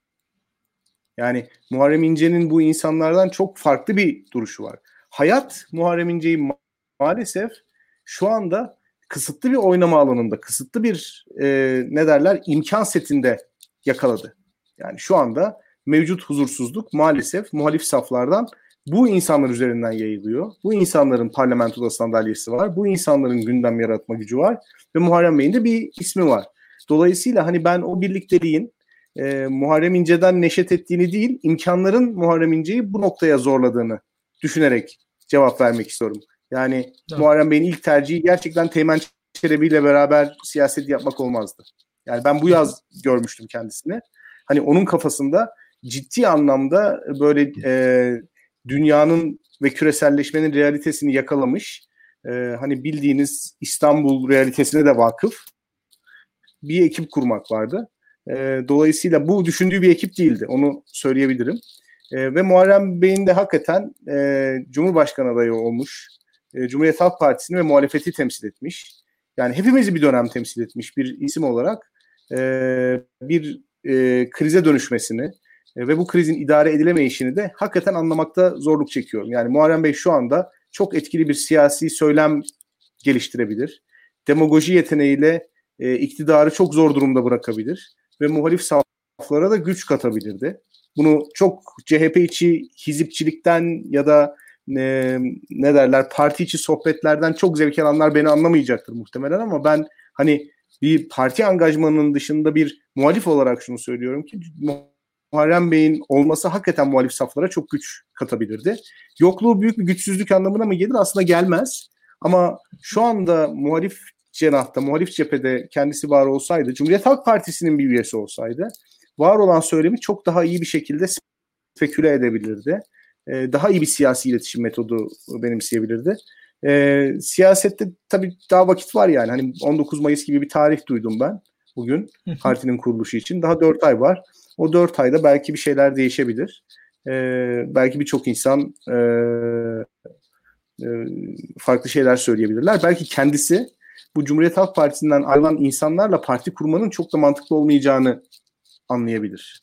Yani Muharrem İnce'nin bu insanlardan çok farklı bir duruşu var. Hayat Muharrem İnce'yi maalesef şu anda kısıtlı bir oynama alanında, kısıtlı bir imkan setinde yakaladı. Yani şu anda mevcut huzursuzluk maalesef muhalif saflardan bu insanlar üzerinden yayılıyor. Bu insanların parlamentoda sandalyesi var. Bu insanların gündem yaratma gücü var. Ve Muharrem Bey'in de bir ismi var. Dolayısıyla hani ben o birlikteliğin Muharrem İnce'den neşet ettiğini değil, imkanların Muharrem İnce'yi bu noktaya zorladığını düşünerek cevap vermek istiyorum. Yani evet. Muharrem Bey'in ilk tercihi gerçekten Teğmen Çelebi ile beraber siyaset yapmak olmazdı. Yani ben bu yaz görmüştüm kendisini. Hani onun kafasında ciddi anlamda böyle dünyanın ve küreselleşmenin realitesini yakalamış, hani bildiğiniz İstanbul realitesine de vakıf bir ekip kurmak vardı. Dolayısıyla bu düşündüğü bir ekip değildi. Onu söyleyebilirim. Ve Muharrem Bey'in de hakikaten Cumhurbaşkanı adayı olmuş. Cumhuriyet Halk Partisi'ni ve muhalefeti temsil etmiş. Yani hepimizi bir dönem temsil etmiş bir isim olarak bir krize dönüşmesini ve bu krizin idare edilemeyişini de hakikaten anlamakta zorluk çekiyorum. Yani Muharrem Bey şu anda çok etkili bir siyasi söylem geliştirebilir. Demagoji yeteneğiyle iktidarı çok zor durumda bırakabilir ve muhalif saflara da güç katabilirdi. Bunu çok CHP içi hizipçilikten ya da parti içi sohbetlerden çok zevk alanlar beni anlamayacaktır muhtemelen, ama ben hani bir parti angajmanının dışında bir muhalif olarak şunu söylüyorum ki Muharrem Bey'in olması hakikaten muhalif saflara çok güç katabilirdi. Yokluğu büyük bir güçsüzlük anlamına mı gelir? Aslında gelmez. Ama şu anda muhalif cenahta, muhalif cephede kendisi var olsaydı, Cumhuriyet Halk Partisi'nin bir üyesi olsaydı, var olan söylemi çok daha iyi bir şekilde speküle edebilirdi. Daha iyi bir siyasi iletişim metodu benimseyebilirdi. Siyasette tabii daha vakit var yani. Hani 19 Mayıs gibi bir tarih duydum ben bugün partinin kuruluşu için. Daha 4 ay var. O 4 ayda belki bir şeyler değişebilir. Belki birçok insan farklı şeyler söyleyebilirler. Belki kendisi bu Cumhuriyet Halk Partisi'nden ayrılan insanlarla parti kurmanın çok da mantıklı olmayacağını anlayabilir.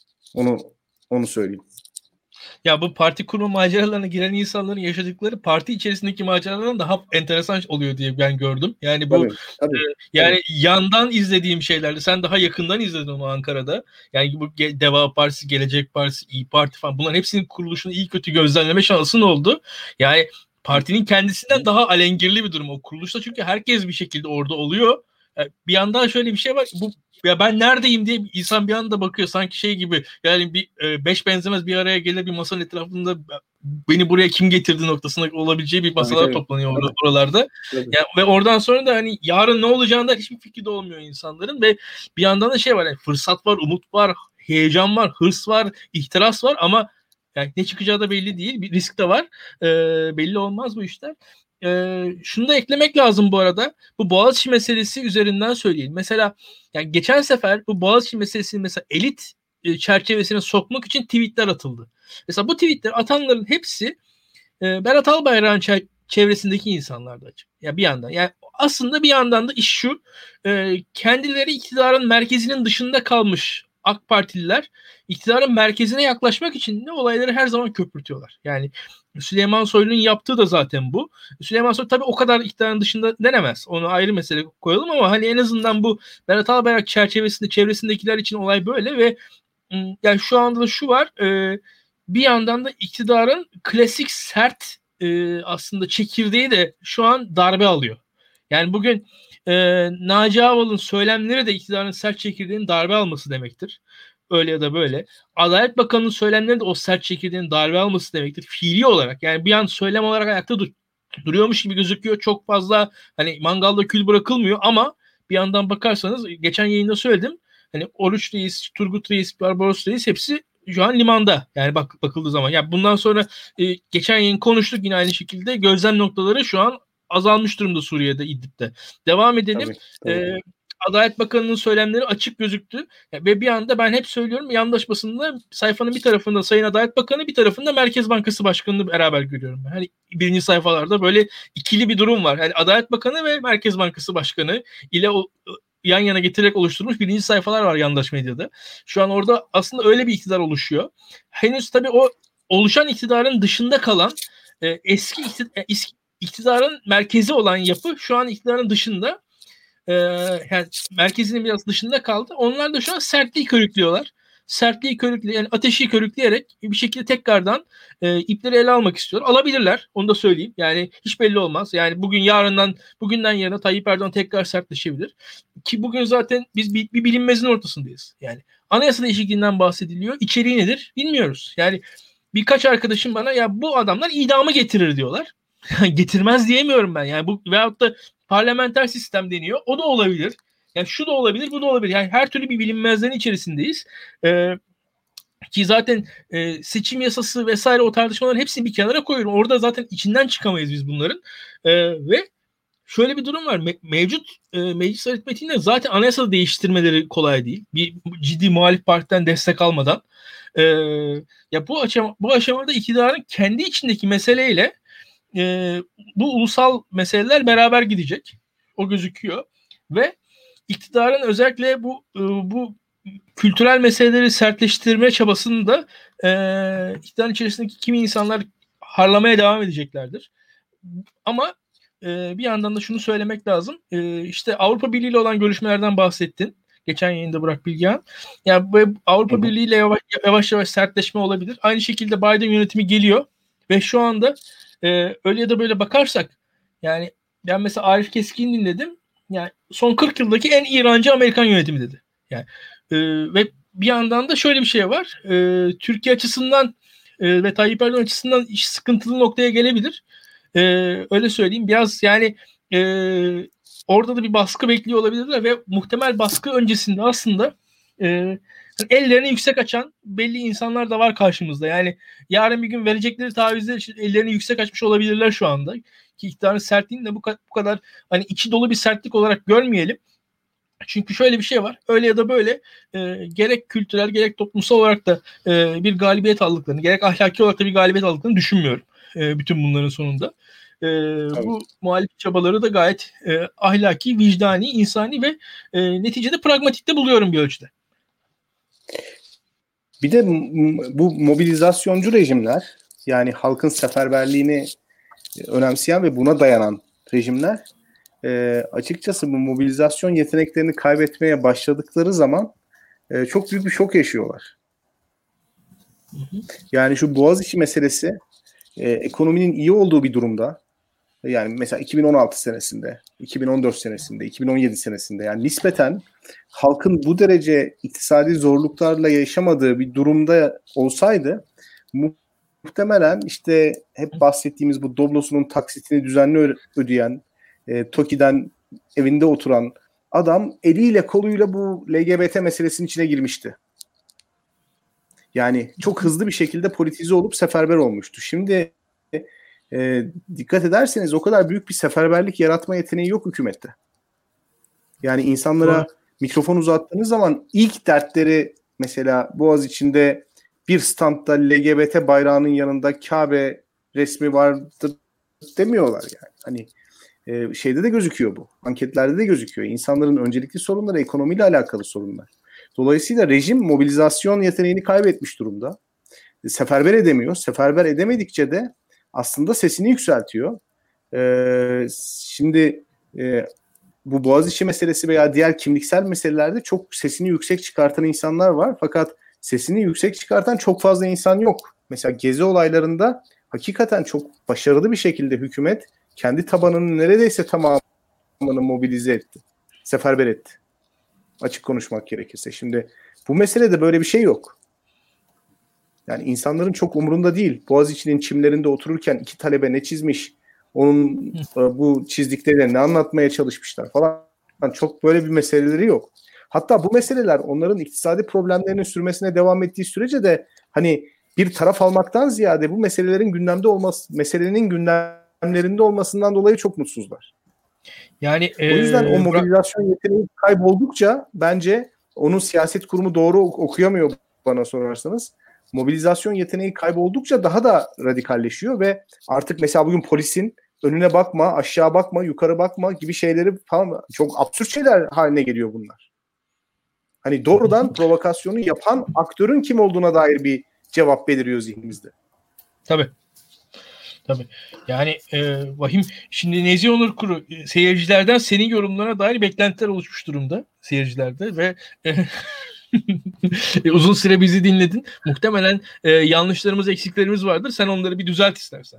Onu söyleyeyim.
Ya bu parti kurma maceralarına giren insanların yaşadıkları parti içerisindeki maceralardan daha enteresan oluyor diye ben gördüm. Yani bu
tabii.
Yandan izlediğim şeylerdi. Sen daha yakından izledin onu Ankara'da. Yani bu Deva Partisi, Gelecek Partisi, İYİ Parti falan bunların hepsinin kuruluşunu iyi kötü gözlemleme şansın oldu. Yani partinin kendisinden daha alengirli bir durum o kuruluşta, çünkü herkes bir şekilde orada oluyor. Yani bir yandan şöyle bir şey var. Ya ben neredeyim diye insan bir anda bakıyor, sanki şey gibi, yani bir beş benzemez bir araya gelir bir masanın etrafında beni buraya kim getirdi noktasında olabileceği bir masalar toplanıyor oralarda. Yani, ve oradan sonra da hani yarın ne olacağında hiçbir fikri de olmuyor insanların ve bir yandan da şey var, yani fırsat var, umut var, heyecan var, hırs var, ihtiras var ama yani ne çıkacağı da belli değil. Bir risk de var. Belli olmaz bu işler. Şunu da eklemek lazım bu arada. Bu Boğaziçi meselesi üzerinden söyleyelim. Mesela yani geçen sefer bu Boğaziçi meselesini mesela elit çerçevesine sokmak için tweetler atıldı. Mesela bu tweetler atanların hepsi Berat Albayrak'ın çevresindeki insanlardı açık. Ya bir yandan. Yani aslında bir yandan da iş şu. Kendileri iktidarın merkezinin dışında kalmış AK Partililer iktidarın merkezine yaklaşmak için de olayları her zaman köpürtüyorlar. Yani Süleyman Soylu'nun yaptığı da zaten bu. Süleyman Soylu tabii o kadar iktidarın dışında denemez. Onu ayrı mesele koyalım ama hani en azından bu Berat Albayrak çevresindekiler için olay böyle ve yani şu anda da şu var. Bir yandan da iktidarın klasik sert aslında çekirdeği de şu an darbe alıyor. Yani bugün Naci Ağbal'ın söylemleri de iktidarın sert çekirdeğinin darbe alması demektir. Öyle ya da böyle. Adalet Bakanı'nın söylemleri de o sert çekirdeğinin darbe alması demektir. Fiili olarak, yani bir an söylem olarak ayakta duruyormuş gibi gözüküyor. Çok fazla hani mangalda kül bırakılmıyor ama bir yandan bakarsanız geçen yayında söyledim. Hani Oruç Reis, Turgut Reis, Barbaros Reis hepsi şu an limanda. Yani bakıldığı zaman. Yani bundan sonra geçen yayın konuştuk yine aynı şekilde. Gözlem noktaları şu an azalmış durumda Suriye'de, İdlib'de. Devam edelim. Tabii. Adalet Bakanı'nın söylemleri açık gözüktü. Ve bir anda ben hep söylüyorum, yandaş basında sayfanın bir tarafında Sayın Adalet Bakanı, bir tarafında Merkez Bankası Başkanı'nı beraber görüyorum. Hani birinci sayfalarda böyle ikili bir durum var. Yani Adalet Bakanı ve Merkez Bankası Başkanı ile yan yana getirerek oluşturulmuş birinci sayfalar var yandaş medyada. Şu an orada aslında öyle bir iktidar oluşuyor. Henüz tabii o oluşan iktidarın dışında kalan eski iktidarın merkezi olan yapı şu an iktidarın dışında, yani merkezinin biraz dışında kaldı. Onlar da şu an sertliği körüklüyorlar. Yani ateşi körükleyerek bir şekilde tekrardan ipleri ele almak istiyor. Alabilirler. Onu da söyleyeyim. Yani hiç belli olmaz. Yani bugünden yarına Tayyip Erdoğan tekrar sertleşebilir. Ki bugün zaten biz bir bilinmezin ortasındayız. Yani anayasa değişikliğinden bahsediliyor. İçeriği nedir? Bilmiyoruz. Yani birkaç arkadaşım bana ya bu adamlar idamı getirir diyorlar. Getirmez diyemiyorum ben. Yani bu veyahut da parlamenter sistem deniyor. O da olabilir. Yani şu da olabilir, bu da olabilir. Yani her türlü bir bilinmezliğin içerisindeyiz. Ki zaten seçim yasası vesaire o tartışmaların hepsini bir kenara koyuyorum. Orada zaten içinden çıkamayız biz bunların. Ve şöyle bir durum var. Mevcut meclis aritmetiğinde zaten anayasada değiştirmeleri kolay değil. Bir ciddi muhalif partiden destek almadan. Ya bu aşamada iktidarın kendi içindeki meseleyle bu ulusal meseleler beraber gidecek. O gözüküyor. Ve iktidarın özellikle bu kültürel meseleleri sertleştirme çabasını da iktidarın içerisindeki kimi insanlar harlamaya devam edeceklerdir. Ama bir yandan da şunu söylemek lazım. İşte Avrupa Birliği ile olan görüşmelerden bahsettin. Geçen yayında Burak Bilgehan. Yani Avrupa Birliği ile yavaş yavaş sertleşme olabilir. Aynı şekilde Biden yönetimi geliyor ve şu anda öyle ya da böyle bakarsak, yani ben mesela Arif Keskin'i dinledim. Yani son 40 yıldaki en İrancı Amerikan yönetimi dedi. Yani ve bir yandan da şöyle bir şey var. Türkiye açısından ve Tayyip Erdoğan açısından iş sıkıntılı noktaya gelebilir. Öyle söyleyeyim. Biraz yani orada da bir baskı bekliyor olabilirler ve muhtemel baskı öncesinde aslında ellerini yüksek açan belli insanlar da var karşımızda. Yani yarın bir gün verecekleri tavizler için ellerini yüksek açmış olabilirler şu anda. Ki iktidarın sertliğini de bu kadar hani içi dolu bir sertlik olarak görmeyelim. Çünkü şöyle bir şey var. Öyle ya da böyle gerek kültürel gerek toplumsal olarak da bir galibiyet aldıklarını, gerek ahlaki olarak da bir galibiyet aldıklarını düşünmüyorum. bütün bunların sonunda. Bu muhalif çabaları da gayet ahlaki, vicdani, insani ve neticede pragmatik de buluyorum bir ölçüde.
Bir de bu mobilizasyoncu rejimler, yani halkın seferberliğini önemseyen ve buna dayanan rejimler açıkçası bu mobilizasyon yeteneklerini kaybetmeye başladıkları zaman çok büyük bir şok yaşıyorlar. Yani şu Boğaziçi meselesi ekonominin iyi olduğu bir durumda, yani mesela 2016 senesinde, 2014 senesinde, 2017 senesinde, yani nispeten halkın bu derece iktisadi zorluklarla yaşamadığı bir durumda olsaydı muhtemelen işte hep bahsettiğimiz bu Doblo'sunun taksitini düzenli ödeyen, TOKİ'den evinde oturan adam eliyle koluyla bu LGBT meselesinin içine girmişti. Yani çok hızlı bir şekilde politize olup seferber olmuştu. Şimdi dikkat ederseniz o kadar büyük bir seferberlik yaratma yeteneği yok hükümette. Yani insanlara mikrofon uzattığınız zaman ilk dertleri, mesela Boğaziçi'nde bir standta LGBT bayrağının yanında Kabe resmi vardır demiyorlar yani. Hani şeyde de gözüküyor bu. Anketlerde de gözüküyor. İnsanların öncelikli sorunları ekonomiyle alakalı sorunlar. Dolayısıyla rejim mobilizasyon yeteneğini kaybetmiş durumda. Seferber edemiyor. Seferber edemedikçe de aslında sesini yükseltiyor. Şimdi bu Boğaziçi meselesi veya diğer kimliksel meselelerde çok sesini yüksek çıkartan insanlar var. Fakat sesini yüksek çıkartan çok fazla insan yok. Mesela Gezi olaylarında hakikaten çok başarılı bir şekilde hükümet kendi tabanının neredeyse tamamını mobilize etti. Seferber etti. Açık konuşmak gerekirse. Şimdi bu meselede böyle bir şey yok. Yani insanların çok umurunda değil. Boğaziçi'nin çimlerinde otururken iki talebe ne çizmiş, onun bu çizdikleri ne anlatmaya çalışmışlar falan. Yani çok böyle bir meseleleri yok. Hatta bu meseleler onların iktisadi problemlerinin sürmesine devam ettiği sürece de hani bir taraf almaktan ziyade bu meselelerin gündemde olması, meselenin gündemlerinde olmasından dolayı çok mutsuzlar.
Yani
o yüzden o mobilizasyon yeteneği kayboldukça bence onun siyaset kurumu doğru okuyamıyor bana sorarsanız. Mobilizasyon yeteneği kayboldukça daha da radikalleşiyor ve artık mesela bugün polisin önüne bakma, aşağı bakma, yukarı bakma gibi şeyleri falan çok absürt şeyler haline geliyor bunlar. Hani doğrudan provokasyonu yapan aktörün kim olduğuna dair bir cevap beliriyor zihnimizde.
Tabii. Yani vahim. Şimdi Nezih Onur Kuru seyircilerden senin yorumlarına dair beklentiler oluşmuş durumda seyircilerde ve uzun süre bizi dinledin. Muhtemelen yanlışlarımız, eksiklerimiz vardır. Sen onları bir düzelt istersen.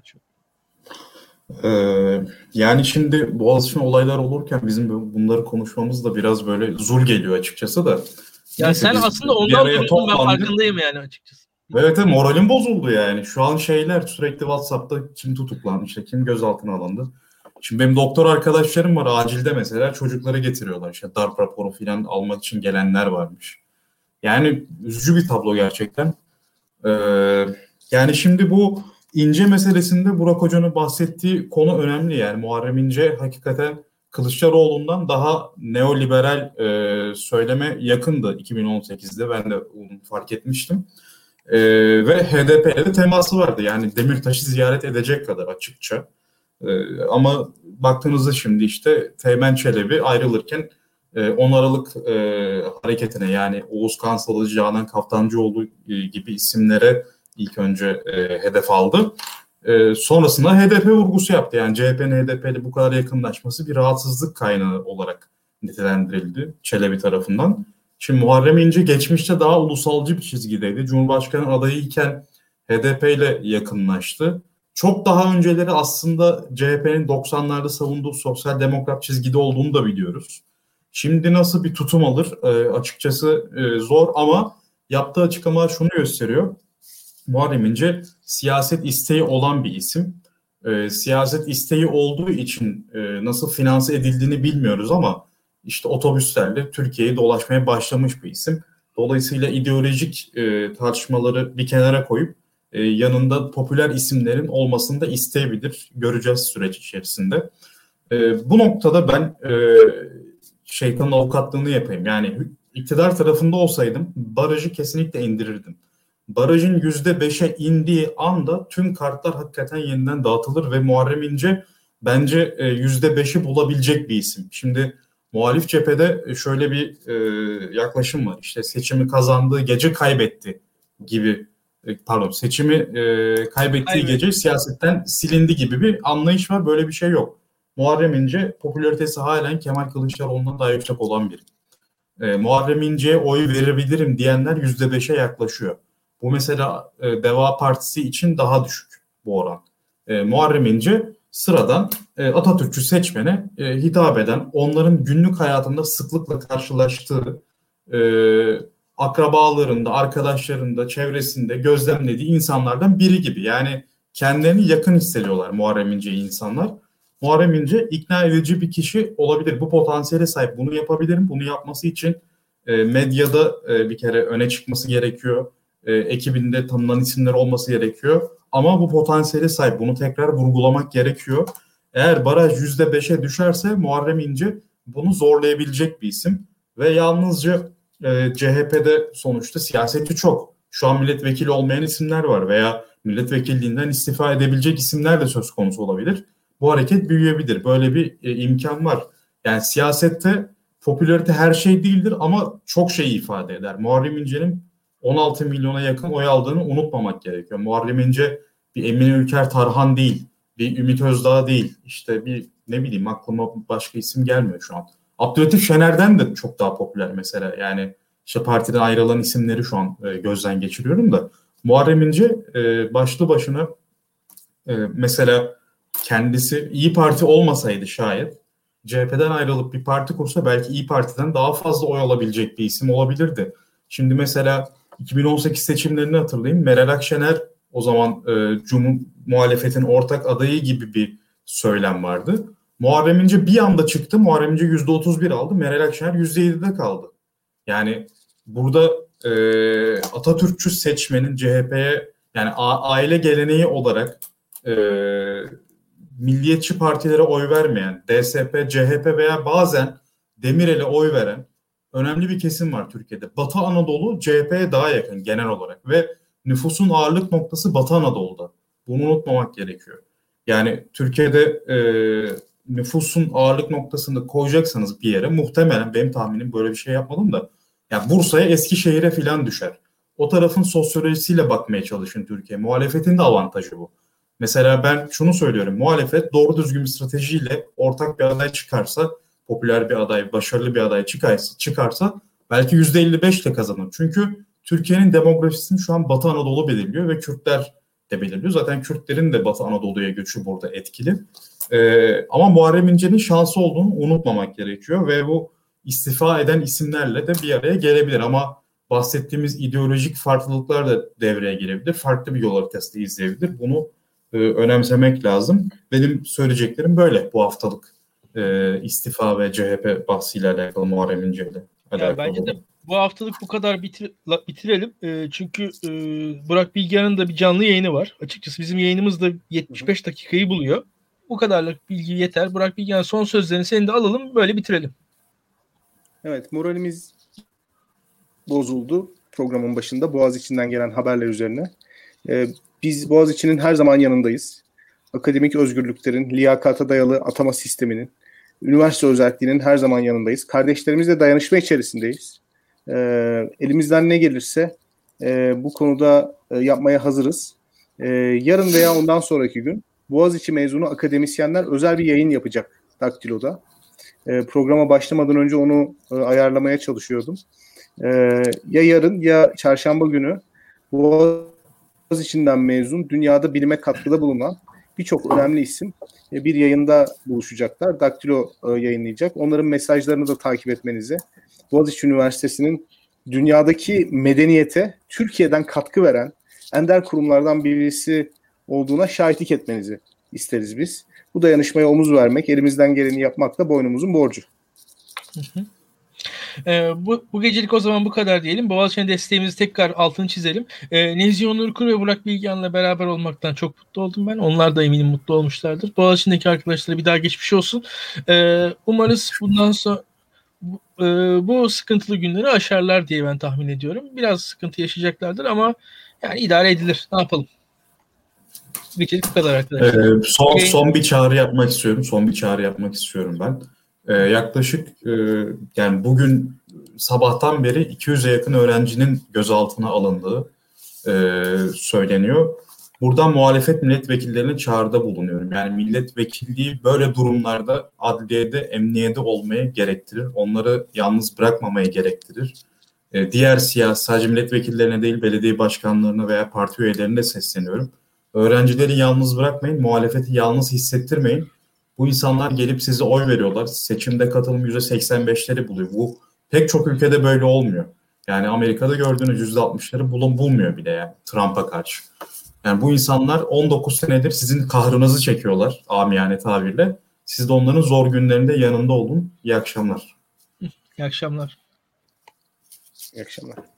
Yani şimdi Boğaziçi'ne olaylar olurken bizim bunları konuşmamız da biraz böyle zul geliyor açıkçası da.
Ya sen aslında ondan duruyordun, ben farkındayım yani açıkçası.
Evet, moralim bozuldu yani. Şu an şeyler sürekli WhatsApp'ta kim tutuklandı, işte kim gözaltına alındı. Şimdi benim doktor arkadaşlarım var, acilde mesela çocukları getiriyorlar. İşte darp raporu falan almak için gelenler varmış. Yani üzücü bir tablo gerçekten. Yani şimdi bu İnce meselesinde Burak Hoca'nın bahsettiği konu önemli. Yani Muharrem İnce hakikaten Kılıçdaroğlu'ndan daha neoliberal söyleme yakındı 2018'de. Ben de onu fark etmiştim. Ve HDP'ye de teması vardı. Yani Demirtaş'ı ziyaret edecek kadar açıkça. Ama baktığınızda şimdi işte Teğmen Çelebi ayrılırken 10 Aralık hareketine, yani Oğuz Kansalı, Canan Kaftancıoğlu gibi isimlere ilk önce hedef aldı. Sonrasında HDP vurgusu yaptı. Yani CHP'nin HDP'li bu kadar yakınlaşması bir rahatsızlık kaynağı olarak nitelendirildi Çelebi tarafından. Şimdi Muharrem İnce geçmişte daha ulusalcı bir çizgideydi. Cumhurbaşkanı adayıyken HDP ile yakınlaştı. Çok daha önceleri aslında CHP'nin 90'larda savunduğu sosyal demokrat çizgide olduğunu da biliyoruz. Şimdi nasıl bir tutum alır açıkçası zor, ama yaptığı açıklamalar şunu gösteriyor. Muharrem İnce siyaset isteği olan bir isim. Siyaset isteği olduğu için nasıl finanse edildiğini bilmiyoruz ama işte otobüslerle Türkiye'yi dolaşmaya başlamış bir isim. Dolayısıyla ideolojik tartışmaları bir kenara koyup yanında popüler isimlerin olmasını da isteyebilir. Göreceğiz süreç içerisinde. Bu noktada ben şeytanın avukatlığını yapayım. Yani iktidar tarafında olsaydım barajı kesinlikle indirirdim. barajın %5'e indiği anda tüm kartlar hakikaten yeniden dağıtılır ve Muharrem İnce bence %5'i bulabilecek bir isim. Şimdi muhalif cephede şöyle bir yaklaşım var. İşte seçimi kazandığı gece kaybetti gibi, seçimi kaybettiği gece siyasetten silindi gibi bir anlayış var. Böyle bir şey yok. Muharrem İnce popülaritesi halen Kemal Kılıçdaroğlu'ndan daha yüksek olan biri. Muharrem İnce'ye oy verebilirim diyenler %5'e yaklaşıyor. Bu mesela Deva Partisi için daha düşük bu oran. Muharrem İnce sıradan Atatürkçü seçmene hitap eden, onların günlük hayatında sıklıkla karşılaştığı, akrabalarında, arkadaşlarında, çevresinde gözlemlediği insanlardan biri gibi. Yani kendilerini yakın hissediyorlar Muharrem İnce'yi insanlar. Muharrem İnce ikna edici bir kişi olabilir. Bu potansiyele sahip. Bunu yapabilirim. Bunu yapması için medyada bir kere öne çıkması gerekiyor. Ekibinde tanınan isimler olması gerekiyor. Ama bu potansiyele sahip. Bunu tekrar vurgulamak gerekiyor. Eğer baraj %5'e düşerse Muharrem İnce bunu zorlayabilecek bir isim. Ve yalnızca CHP'de sonuçta siyasetçi çok. Şu an milletvekili olmayan isimler var veya milletvekilliğinden istifa edebilecek isimler de söz konusu olabilir. Bu hareket büyüyebilir. Böyle bir imkan var. Yani siyasette popülarite her şey değildir ama çok şey ifade eder. Muharrem İnce'nin 16 milyona yakın oy aldığını unutmamak gerekiyor. Muharrem İnce bir Emine Ülker Tarhan değil, bir Ümit Özdağ değil. İşte bir ne bileyim aklıma başka isim gelmiyor şu an. Abdülhatif Şener'den de çok daha popüler mesela. Yani işte partiden ayrılan isimleri şu an gözden geçiriyorum da. Muharrem İnce başlı başına mesela kendisi İyi Parti olmasaydı şayet CHP'den ayrılıp bir parti kursa belki İyi Parti'den daha fazla oy alabilecek bir isim olabilirdi. Şimdi mesela 2018 seçimlerini hatırlayayım. Meral Akşener o zaman muhalefetin ortak adayı gibi bir söylem vardı. Muharrem İnce bir anda çıktı. Muharrem İnce %31 aldı. Meral Akşener %7'de kaldı. Yani burada Atatürkçü seçmenin CHP'ye yani aile geleneği olarak milliyetçi partilere oy vermeyen, DSP, CHP veya bazen Demirel'e oy veren önemli bir kesim var Türkiye'de. Batı Anadolu CHP'ye daha yakın genel olarak ve nüfusun ağırlık noktası Batı Anadolu'da. Bunu unutmamak gerekiyor. Yani Türkiye'de nüfusun ağırlık noktasında koyacaksanız bir yere muhtemelen benim tahminim böyle bir şey yapmadım da yani Bursa'ya, Eskişehir'e filan düşer. O tarafın sosyolojisiyle bakmaya çalışın Türkiye. Muhalefetin de avantajı bu. Mesela ben şunu söylüyorum. Muhalefet doğru düzgün bir stratejiyle ortak bir aday çıkarsa, popüler bir aday, başarılı bir aday çıkarsa belki %55 ile kazanır. Çünkü Türkiye'nin demografisini şu an Batı Anadolu belirliyor ve Kürtler de belirliyor. Zaten Kürtlerin de Batı Anadolu'ya göçü burada etkili. Ama Muharrem İnce'nin şansı olduğunu unutmamak gerekiyor ve bu istifa eden isimlerle de bir araya gelebilir. Ama bahsettiğimiz ideolojik farklılıklar da devreye girebilir. Farklı bir yol haritası da izleyebilir. Bunu önemsemek lazım. Benim söyleyeceklerim böyle bu haftalık istifa ve CHP bahsiyle alakalı, Muharrem İnce ile alakalı.
Bence de bu haftalık bu kadar bitirelim. Çünkü Burak Bilgehan'ın da bir canlı yayını var. Açıkçası bizim yayınımız da 75 dakikayı buluyor. Bu kadarlık bilgi yeter. Burak Bilgehan son sözlerini senin de alalım. Böyle bitirelim.
Evet, moralimiz bozuldu programın başında Boğaziçi'nden gelen haberler üzerine. Biz Boğaziçi'nin her zaman yanındayız. Akademik özgürlüklerin, liyakata dayalı atama sisteminin, üniversite özelliğinin her zaman yanındayız. Kardeşlerimizle dayanışma içerisindeyiz. Elimizden ne gelirse bu konuda yapmaya hazırız. Yarın veya ondan sonraki gün Boğaziçi mezunu akademisyenler özel bir yayın yapacak Daktilo'da. Programa başlamadan önce onu ayarlamaya çalışıyordum. Ya yarın ya çarşamba günü Boğaziçi'nden mezun, dünyada bilime katkıda bulunan birçok önemli isim bir yayında buluşacaklar. Daktilo yayınlayacak. Onların mesajlarını da takip etmenizi, Boğaziçi Üniversitesi'nin dünyadaki medeniyete Türkiye'den katkı veren ender kurumlardan birisi olduğuna şahitlik etmenizi isteriz biz. Bu dayanışmaya omuz vermek, elimizden geleni yapmak da boynumuzun borcu.
Bu gecelik o zaman bu kadar diyelim. Boğaziçi'ne desteğimizi tekrar altını çizelim. Nevzi Onurkur ve Burak Bilgehan'la beraber olmaktan çok mutlu oldum ben. Onlar da eminim mutlu olmuşlardır. Boğaziçi'ndeki arkadaşlara bir daha geçmiş olsun. Umarız bundan sonra bu sıkıntılı günleri aşarlar diye ben tahmin ediyorum. Biraz sıkıntı yaşayacaklardır ama Yani idare edilir. Ne yapalım? Geçelim bu kadar arkadaşlar.
Son bir çağrı yapmak istiyorum. Son bir çağrı yapmak istiyorum ben. Yaklaşık yani bugün sabahtan beri 200'e yakın öğrencinin gözaltına alındığı söyleniyor. Buradan muhalefet milletvekillerine çağrıda bulunuyorum. Yani milletvekilliği böyle durumlarda adliyede, emniyede olmaya gerektirir. Onları yalnız bırakmamaya gerektirir. Diğer sadece milletvekillerine değil, belediye başkanlarına veya parti üyelerine de sesleniyorum. Öğrencileri yalnız bırakmayın, muhalefeti yalnız hissettirmeyin. Bu insanlar gelip size oy veriyorlar. Seçimde katılım %85'leri buluyor. Bu pek çok ülkede böyle olmuyor. Yani Amerika'da gördüğünüz %60'ları bulmuyor bile yani Trump'a karşı. Yani bu insanlar 19 senedir sizin kahrınızı çekiyorlar amiyane tabirle. Siz de onların zor günlerinde yanında olun. İyi akşamlar.
İyi akşamlar.
İyi akşamlar.